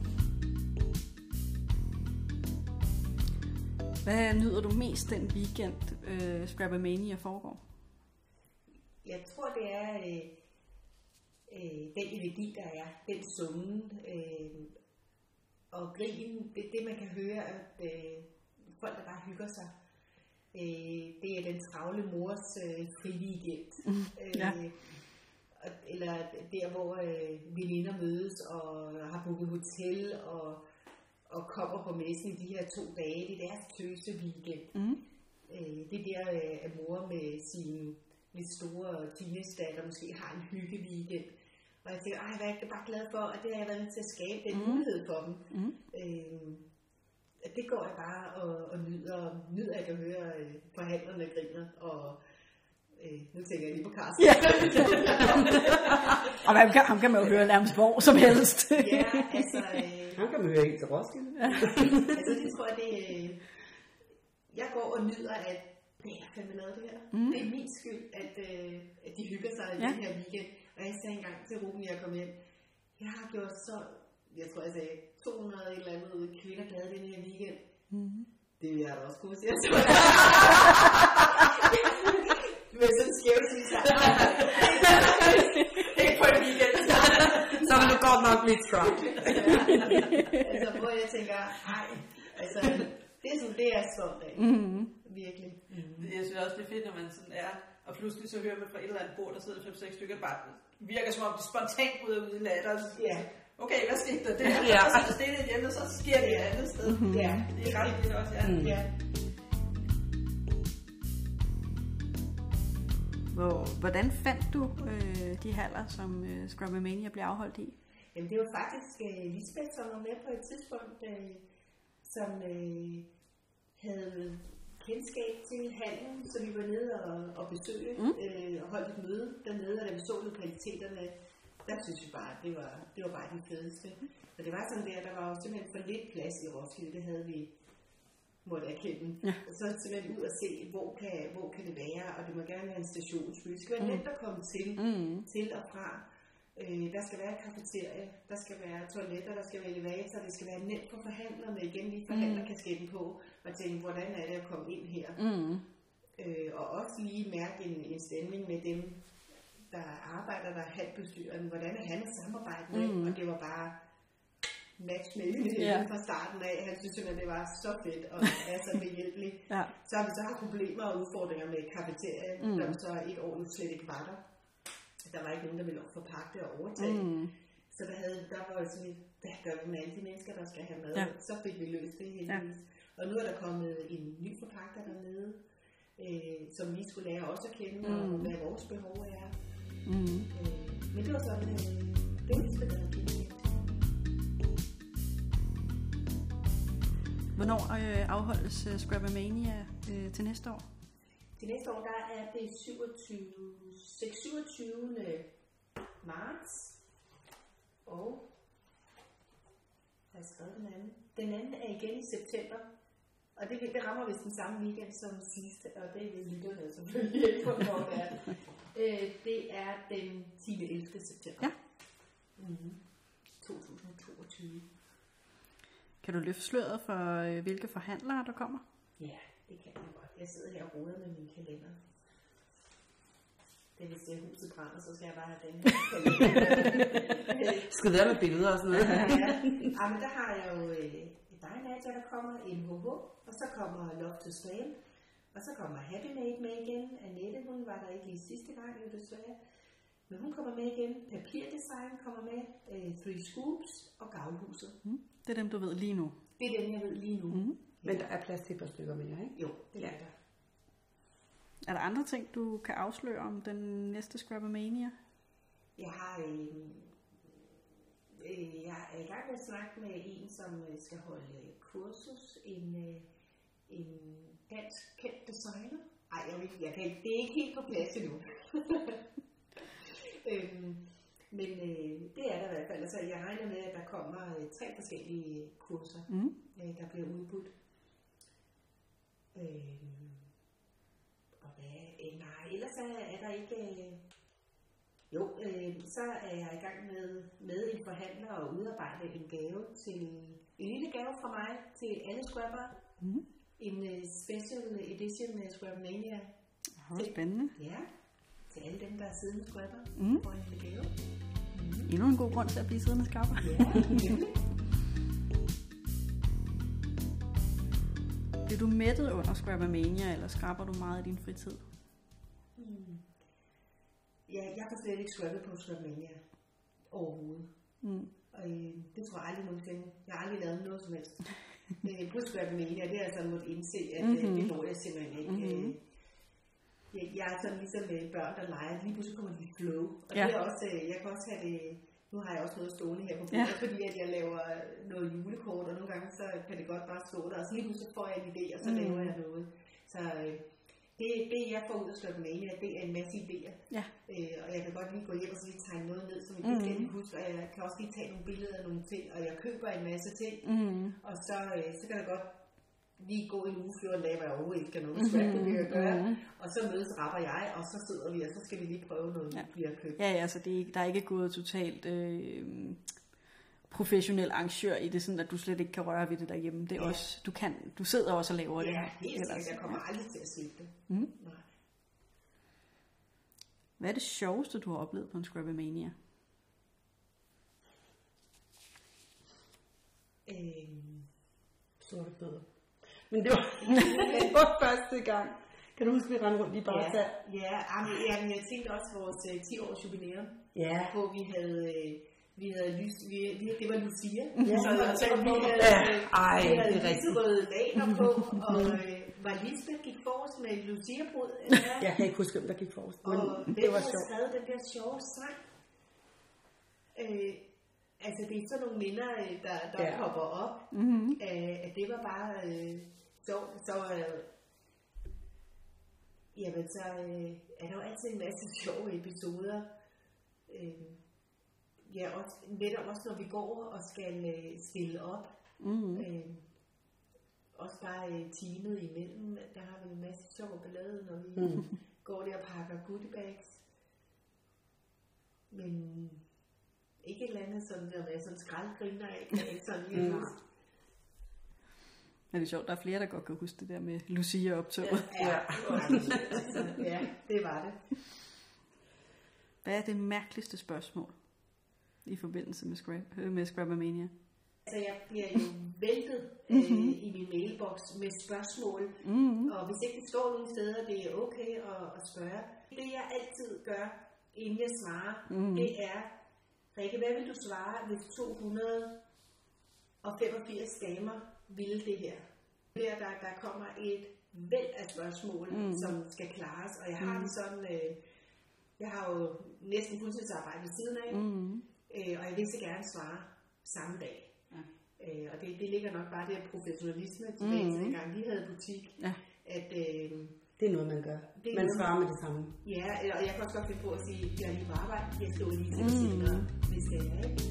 Hvad nyder du mest den weekend, øh, Scrappermania foregår? Jeg tror, det er øh, øh, den energi, der er, den summen øh, og grin, det, det man kan høre, at øh, folk der bare hygger sig. Øh, det er den travle mors øh, fri weekend. Mm, ja. øh, eller der, hvor øh, veninder mødes og har booket hotel og, og kommer på messen i de her to dage. Det er deres tøse weekend. Mm. Øh, det er der, øh, at mor med sin lidt store teenage-datter måske har en hygge weekend. Og jeg tænker, ej, jeg er bare glad for, at det har jeg været med til at skabe den mm. mulighed for dem. Mm. Øh, det går jeg bare og, og nyder, og nyder, at jeg kan høre øh, forhandlerne griner, og øh, nu tænker jeg lige på Carsten. Ja. Og ham kan, ham kan man jo høre nærmest hvor som helst. Ja, altså... Øh, han kan man høre helt til Roskilde. altså, det tror jeg, det øh, jeg går og nyder, at det er fandme noget det her. Mm. Det er min skyld, at, øh, at de hygger sig i ja. den her weekend. Og jeg sagde engang til Ruben, jeg kom hjem, jeg har gjort så, jeg tror jeg sagde, to hundrede et eller andet kvinder glade den her weekend. Mm. Det vil jeg da også kunne sige. Men sådan skævt synes jeg. Ikke på en weekend. Så vil du godt nok blive træt. Altså, hvor jeg tænker, ej, altså, det er sådan, det er jeg stolt af. Mm. Virkelig. Mm. Jeg synes også, det er fedt, når man sådan er, og pludselig så hører man fra et eller andet bord, der sidder fem seks stykker, bare virker som om det spontant bryder ud i latter. Ja. Okay, hvad skete der der? Ja. Og så stille hjemme, og så sker det et andet sted. Mm-hmm. Ja. Det er ret vildt også, ja. Mm. Ja. Hvor, hvordan fandt du øh, de haller, som øh, Scrubbermania blev afholdt i? Jamen det var faktisk øh, Lisbeth, som var med på et tidspunkt, øh, som øh, havde kendskab til hallen, så vi var nede og, og besøge mm. øh, og holdt et møde dernede, og da vi så lokaliteterne, der synes vi bare, det var, det var bare det fedeste. Og det var sådan der, der var jo simpelthen for lidt plads i Roskilde, det havde vi måtte erkende. Ja. Og så simpelthen ud og se, hvor kan, hvor kan det være, og det må gerne være en stationsby. Det skal være mm. nemt at komme til, mm. til og fra. Øh, der skal være kafeterie, der skal være toiletter, der skal være elevator, det skal være nemt for forhandlerne, igen lige forhandlerkasketten på, og tænke, hvordan er det at komme ind her. Mm. Øh, og også lige mærke en, en stemning med dem, der arbejder der, halvbestyreren, hvordan er han at samarbejde med, mm. og det var bare matchmaking yeah. fra starten af. Han synes at det var så fedt, og er så behjælpelig. Ja. Så har vi så haft problemer og udfordringer med kafeterie, mm. der så et år nu slet ikke var der. Der var ikke nogen, der ville forpagte og overtage. Mm. Så der, havde, der var jo sådan lidt, hvad gør vi med alle de mennesker, der skal have mad? Ja. Så fik vi løst det heldigvis. Ja. Og nu er der kommet en ny forpagter dernede, øh, som vi skulle lære også at kende, mm. og hvad vores behov er. Mm. Øh, men det var sådan, øh, det eneste, der havde kendt. Hvornår øh, afholdes uh, Scrubbermania øh, til næste år? Til næste år, der er det syvogtyvende marts, og jeg har skrevet den anden. Den anden er igen i september, og det, det rammer vist den samme weekend som sidste, og det er det lytterne selvfølgelig ikke på, hvor det er. Øh, det er den tiende til ellevte september. Ja. Mm-hmm. to tusind toogtyve. Kan du løfte sløret for, øh, hvilke forhandlere der kommer? Ja, det kan jeg godt. Jeg sidder her og roder med min kalender. Det er, hvis det er huset brænder, så skal jeg bare have den her kalender. Skal det være med billeder og sådan noget? Ja, ja. Ja, men der har jeg jo øh, dig, Nadia, der kommer, en H H, og så kommer Love to Slam, og så kommer Happy Made med igen. Annette, hun var der ikke lige sidste gang, jo desværre. Men hun kommer med igen. Papirdesign kommer med. Øh, Three Scoops og Gavlhuset. Mm. Det er dem, du ved lige nu. Det er dem, jeg ved lige nu. Mm. Ja. Men der er plads til et par stykker mere, ikke? Jo, det ja. er der. Er der andre ting, du kan afsløre om den næste Scrubbermania? Jeg har øh, øh, jeg er i gang med at snakke med en, som skal holde kursus. En, øh, en dansk kendt designer. Ej, jeg, vil, jeg kan ikke, det er ikke helt på plads endnu. øhm, men øh, det er der i hvert fald. Altså, jeg regner med, at der kommer øh, tre forskellige kurser, mm. øh, der bliver udbudt. Øhm, og hvad? Øh, nej, ellers er, er der ikke... Øh, jo, øh, så er jeg i gang med, med en forhandler og udarbejde en gave til... En lille gave fra mig til alle scrubber. Mm. En uh, special edition af Scrubbermania. Aha, spændende. Ja, til alle dem, der er siddende scrubber. Mm. For en lille gave. Mm. Endnu en god grund til at blive siddende scrubber. Ja, nemlig. Bliver du mættet under Scrubbermania, eller skraber du meget i din fritid? Hmm. jeg, jeg får slet ikke scrappet på Scrapmania overhovedet. Mm. Og øh, det tror jeg aldrig nogensinde. Jeg har aldrig lavet noget som helst. øh, på Scrapmania, det er altså måtte indse, at mm-hmm. øh, det må jeg simpelthen ikke. Mm-hmm. Øh, jeg, jeg er sådan ligesom øh, børn, der leger. Lige pludselig kommer de i flow. Og ja. det er også, øh, jeg kan også have det... Nu har jeg også noget stående her på bordet, ja. fordi at jeg laver noget julekort, og nogle gange så kan det godt bare stå der, og så lige pludselig får jeg en idé, og så mm. laver jeg noget. Så øh, det, det jeg får ud af Scrapmania, det er en masse idéer. Ja. Øh, og jeg kan godt lige gå hjem og så lige tegne noget ned, som jeg mm. kan lige huske, og jeg kan også lige tage nogle billeder af nogle ting, og jeg køber en masse ting, mm. og så, øh, så kan jeg godt lige gå en uge før, hvor jeg overhovedet ikke kan noget med Scrapbook at gøre, mm-hmm. og så mødes rapper jeg, og så sidder vi, og så skal vi lige prøve noget, ja. vi har købt. Ja, ja, så det er, der er ikke gået totalt øh, professionel arrangør i det, sådan at du slet ikke kan røre ved det derhjemme. Det er ja. også, du kan, du sidder også og laver ja, det. Ja, helt sikkert. Jeg kommer aldrig til at slippe det. Mm. Nej. Hvad er det sjoveste, du har oplevet på en Scrapmania? Øhm, sorte bøder. Men det var, det var første gang. Kan du huske, vi rendte rundt i Barta? Ja, ja, ja, men jeg tænkte også vores uh, ti års jubilæum, ja. hvor vi havde, uh, vi havde lys, vi, vi, det var Lucia, ja. så, så, så vi havde, ja. Ej, vi havde lyserøde laner på, og uh, var Lisbeth gik forrest med Lucia-brud. Jeg kan ikke huske, hvem der gik forrest, men og det var sjovt. Og hvem skrevet den der sjove sang? Uh, altså, det er sådan nogle minder, der, der ja. popper op, mm-hmm. uh, at det var bare... Uh, Så, så øh, jamen, så øh, er der jo altid en masse sjove episoder. Øh, ja, også, netop også når vi går og skal øh, stille op. Mm-hmm. Øh, også bare øh, teamet imellem, der har vi en masse sjov ballade, når vi mm. går der og pakker goodiebags. Men ikke et eller andet sådan der med sådan skraldgriner af, kan jeg sådan lige mm. Men det er sjovt, der er flere, der godt kan huske det der med Lucia-optoget. Ja, ja. altså, ja, det var det. Hvad er det mærkeligste spørgsmål i forbindelse med, Scrap, med Scrapmania? Altså, jeg bliver jo væltet mm-hmm. øh, i min mailbox med spørgsmål, mm-hmm. og hvis ikke det står nogen steder, det er okay at, at spørge. Det jeg altid gør, inden jeg svarer, mm-hmm. det er, Rikke, hvad vil du svare, hvis to hundrede og femogfirs damer ville det her? Der, der, der kommer et væld af spørgsmål, mm. som skal klares, og jeg har mm. det sådan, øh, jeg har jo næsten fuldtidsarbejde ved siden af, mm. øh, og jeg vil så gerne svare samme dag. Ja. Øh, og det, det ligger nok bare der professionalisme tilbage mm. til en gang, vi havde butik, ja. at øh, det er noget, man gør. Det man svarer med det samme. Ja, og jeg kan også godt finde på at sige, jeg er lige på arbejde, jeg står lige til at sige noget, hvis det er, ikke?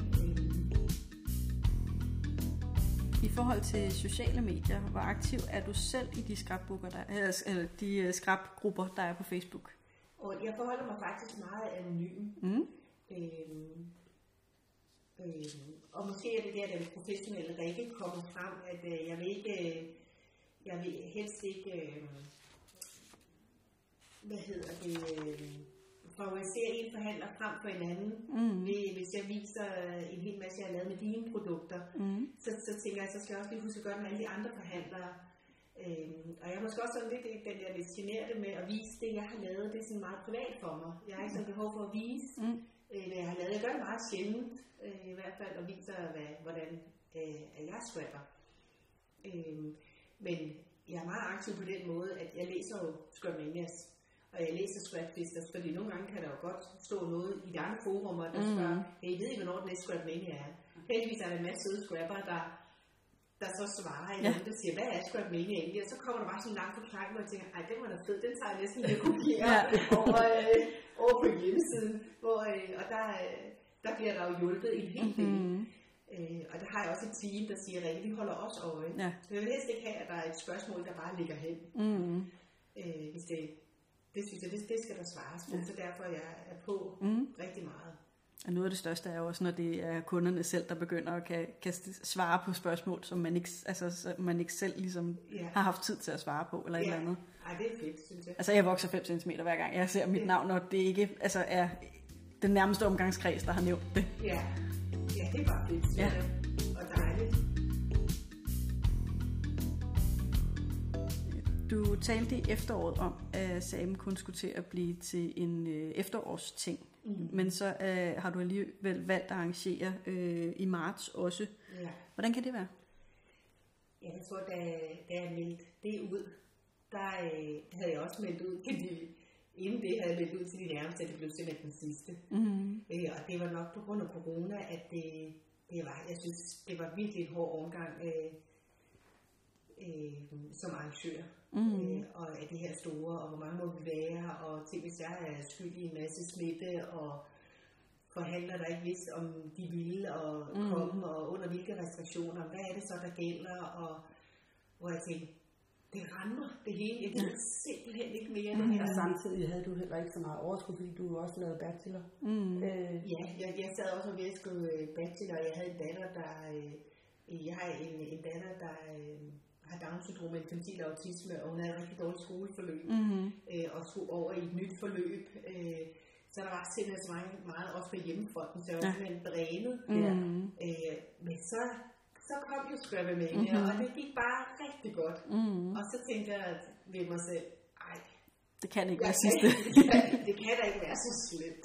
I forhold til sociale medier, hvor aktiv er du selv i de scrapbooker, der, eller de scrapgrupper, der er på Facebook? Og jeg forholder mig faktisk meget anonym. Mm. Øhm, øhm, og måske er det der, den professionelle Rikke kommer frem, at øh, jeg vil ikke, øh, jeg vil helst ikke, øh, hvad hedder det, øh, favorisere en forhandler frem for en anden. Mm. Hvis jeg viser en hel masse, jeg har lavet med dine produkter, mm. så, så tænker jeg, så skal jeg også lige huske at gøre det med alle de andre forhandlere. Øhm, og jeg er måske også sådan lidt den der lidt generte med at vise det, jeg har lavet. Det er sådan meget privat for mig. Jeg har ikke sådan behov for at vise, mm. øh, hvad jeg har lavet. Jeg gør det meget sjældent, øh, i hvert fald, og viser, hvad, hvordan øh, jeg scrapper. Øhm, men jeg er meget aktiv på den måde, at jeg læser jo Scrapmanias. Og jeg læser Scrapfisters, fordi nogle gange kan der jo godt stå noget i de andre forumer, der mm. spørger, hey, jeg ved ikke, hvornår den næste Scrapmania er. Heldigvis er der en masse søde scrapper, der, der så svarer, eller ja. der siger, hvad er Scrapmania egentlig? Og så kommer der bare sådan en lang forklaring, hvor jeg tænker, ej, den var da fed, den tager jeg næsten lige at kopiere ja. over, øh, over på hjemmesiden. Hvor, øh, og der, øh, der bliver der jo hjulpet en hel del. Mm-hmm. Øh, og der har jeg også et team, der siger, Rikke, vi holder også øje. Ja. Så jeg vil helst ikke have, at der er et spørgsmål, der bare ligger hen. Mm-hmm. Øh, hvis det Det synes jeg, det, det skal der svares på, ja. Så derfor jeg er på mm. rigtig meget. Og noget af det største er jo også, når det er kunderne selv, der begynder at kan, kan svare på spørgsmål, som man ikke, altså, man ikke selv ligesom ja. har haft tid til at svare på, eller ja. et eller andet. Ej, det er fedt, synes jeg. Altså, jeg vokser fem centimeter hver gang jeg ser mit ja. navn, og det ikke altså, er den nærmeste omgangskreds, der har nævnt det. Ja, ja det er bare fedt, synes ja. jeg. Og dejligt. du talte i efteråret om, at Samen kun skulle til at blive til en øh, efterårsting. Mm. Men så øh, har du alligevel valgt at arrangere øh, i marts også. Ja. Hvordan kan det være? Ja, jeg tror, da, da jeg meldte det ud, der øh, havde jeg også meldt ud til de, inden det havde jeg meldt ud til de nærmeste, at det blev simpelthen den sidste. Mm. Øh, og det var nok på grund af corona, at det, det var, jeg synes, det var virkelig en hård omgang øh, øh, som arrangør. Mm. Øh, og af det her store, og hvor mange må vi være, og til hvis jeg er skyldig i en masse smitte, og forhandlere, der ikke vidste, om de ville og mm. komme, og under hvilke restriktioner, hvad er det så, der gælder, og hvor jeg tænkte, det rammer det hele, jeg ved simpelthen ikke mere. Mm. Og samtidig havde du heller ikke så meget overskud, fordi du også lavede bachelor. Mm. Øh, ja, jeg, jeg sad også ved at skrive bachelor, og jeg havde en datter, der, øh, jeg har en, en datter, der øh, har Down-syndrom med infantil autisme, og hun havde et rigtig dårligt skoleforløb, mm. øh, og skulle over i et nyt forløb. Øh, så der var simpelthen så meget, meget også på hjemmefronten, så jeg var ja. simpelthen drænet. Mm. Øh, men så, så kom jo Scrabble-mania, mm-hmm. og det gik bare rigtig godt. Mm. Og så tænkte jeg ved mig selv, ej, det kan ikke være sidste. Det kan, det kan da ikke være så slemt.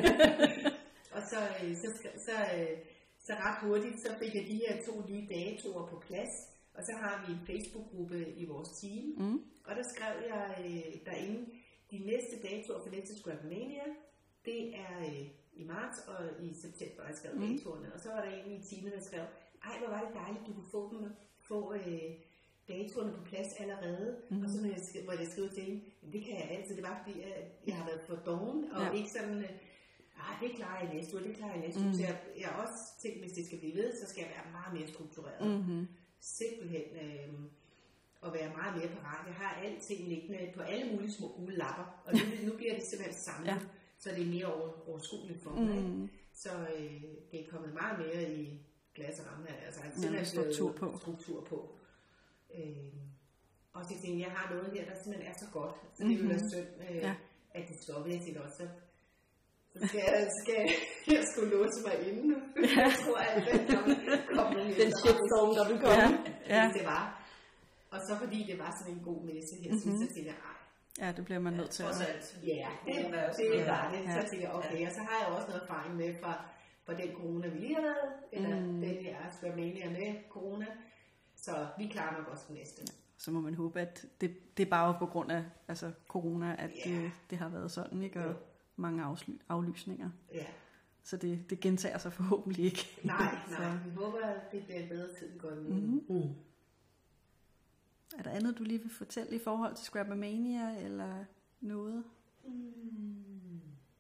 Og så, så, så, så, så ret hurtigt, så fik jeg de her to nye datoer på plads. Og så har vi en Facebook-gruppe i vores team. Mm. Og der skrev jeg øh, derinde, de næste datoer for næste Scrabble-mania, det er øh, i marts og i september, jeg skrev mm. datoerne. Og så var der en i teamet, der skrev, ej, hvor var det dejligt, du kunne få dem, få øh, datoerne på plads allerede. Mm. Og så må jeg, må jeg skrive til hende, det kan jeg altid. Det var fordi, jeg, jeg har været for doven, og ja. ikke sådan, ah, det klarer jeg næste uge, det klarer jeg næste uge. Mm. Så jeg, jeg har også tænkt, hvis det skal blive ved, så skal jeg være meget mere struktureret. Mm-hmm. Simpelthen øh, at være meget mere parat. Jeg har alting liggende på alle mulige små gule lapper, og nu, nu bliver det simpelthen samlet. Ja. Så det er mere over, overskueligt for mig. Mm. Så øh, det er kommet meget mere i glas og ramme. Altså ja, struktur på. Struktur på. Øh, og så tænkte jeg, jeg har noget her, der simpelthen er så godt. Så det vil være synd, øh, ja. at det stopper. Jeg tænkte også, så, så skal, jeg, skal jeg skulle låse mig inde nu. Ja. Jeg tror, at den kom med den shitstorm, der vil komme. Ja. Ja. Det var. Og så fordi det var sådan en god messe her, mm-hmm. så tænkte jeg, ej. Ja, det bliver man nødt til. Ja, ja, det, det, det var det. Så tænkte jeg, okay, og så har jeg også noget erfaring med fra, fra den corona, vi lige har været, eller mm. den her Scrabble-mania med corona, så vi klarer nok også den næste. Så må man håbe, at det, det er bare på grund af altså, corona, at ja. det, det har været sådan, ikke? Og ja. mange afsly- aflysninger. Ja. Så det, det gentager sig forhåbentlig ikke. Nej, nej, vi håber, at det bliver en bedre tid, går imod. Mm-hmm. Mm. Er der andet, du lige vil fortælle i forhold til Scrabble-mania, eller noget? Mm.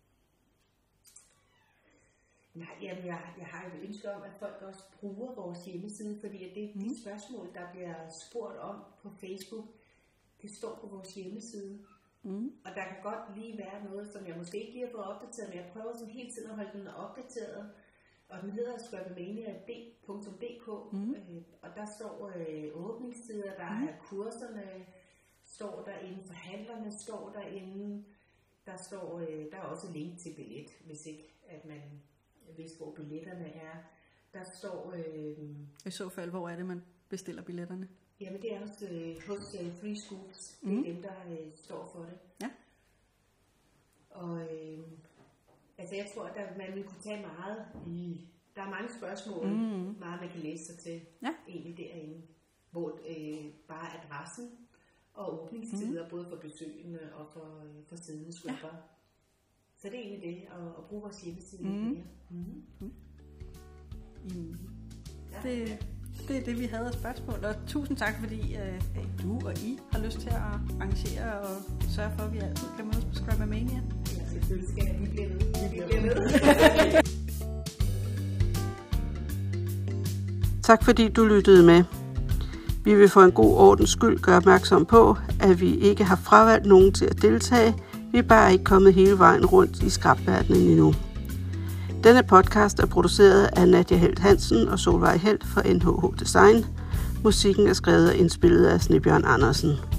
Nej, jamen jeg, jeg har jo ønsket om, at folk også bruger vores hjemmeside, fordi det, mm. de spørgsmål, der bliver spurgt om på Facebook, det står på vores hjemmeside. Mm. Og der kan godt lige være noget, som jeg måske ikke lige har fået opdateret, men jeg prøver sådan hele tiden at holde den opdateret. Og den hedder Scrabble-mania punktum d k, mm. øh, og der står øh, åbningstider, der mm. er kurserne, står derinde, forhandlerne står derinde, der står, øh, der er også link til billet, hvis ikke at man vidste, hvor billetterne er. Der står... Øh, I så fald, hvor er det, man bestiller billetterne? Jamen det er også øh, hos øh, Free Scoops, det er mm. dem, der øh, står for det. Ja. Og... Øh, Altså jeg tror, at man vil kunne tage meget i... Der er mange spørgsmål, mm. meget man kan læse sig til, ja. egentlig derinde. Hvor øh, bare adressen og åbningstider, mm. både for besøgende og for, øh, for siddende skubber. Ja. Så det er egentlig det, at, at bruge vores hjemmeside mm. mere. Mm. Mm. Mm. Ja. Det, det er det, vi havde af spørgsmål. Og tusind tak, fordi øh, du og I har lyst til at arrangere og sørge for, at vi altid kan mødes på Scrabble-mania. Selvfølgelig skal vi blive ved. Vi bliver ved. Tak fordi du lyttede med. Vi vil for en god ordens skyld gøre opmærksom på, at vi ikke har fravalgt nogen til at deltage. Vi er bare ikke kommet hele vejen rundt i skrabverdenen endnu. Denne podcast er produceret af Nadia Helt Hansen og Solvej Helt fra N H H Design. Musikken er skrevet og indspillet af Snebjørn Andersen.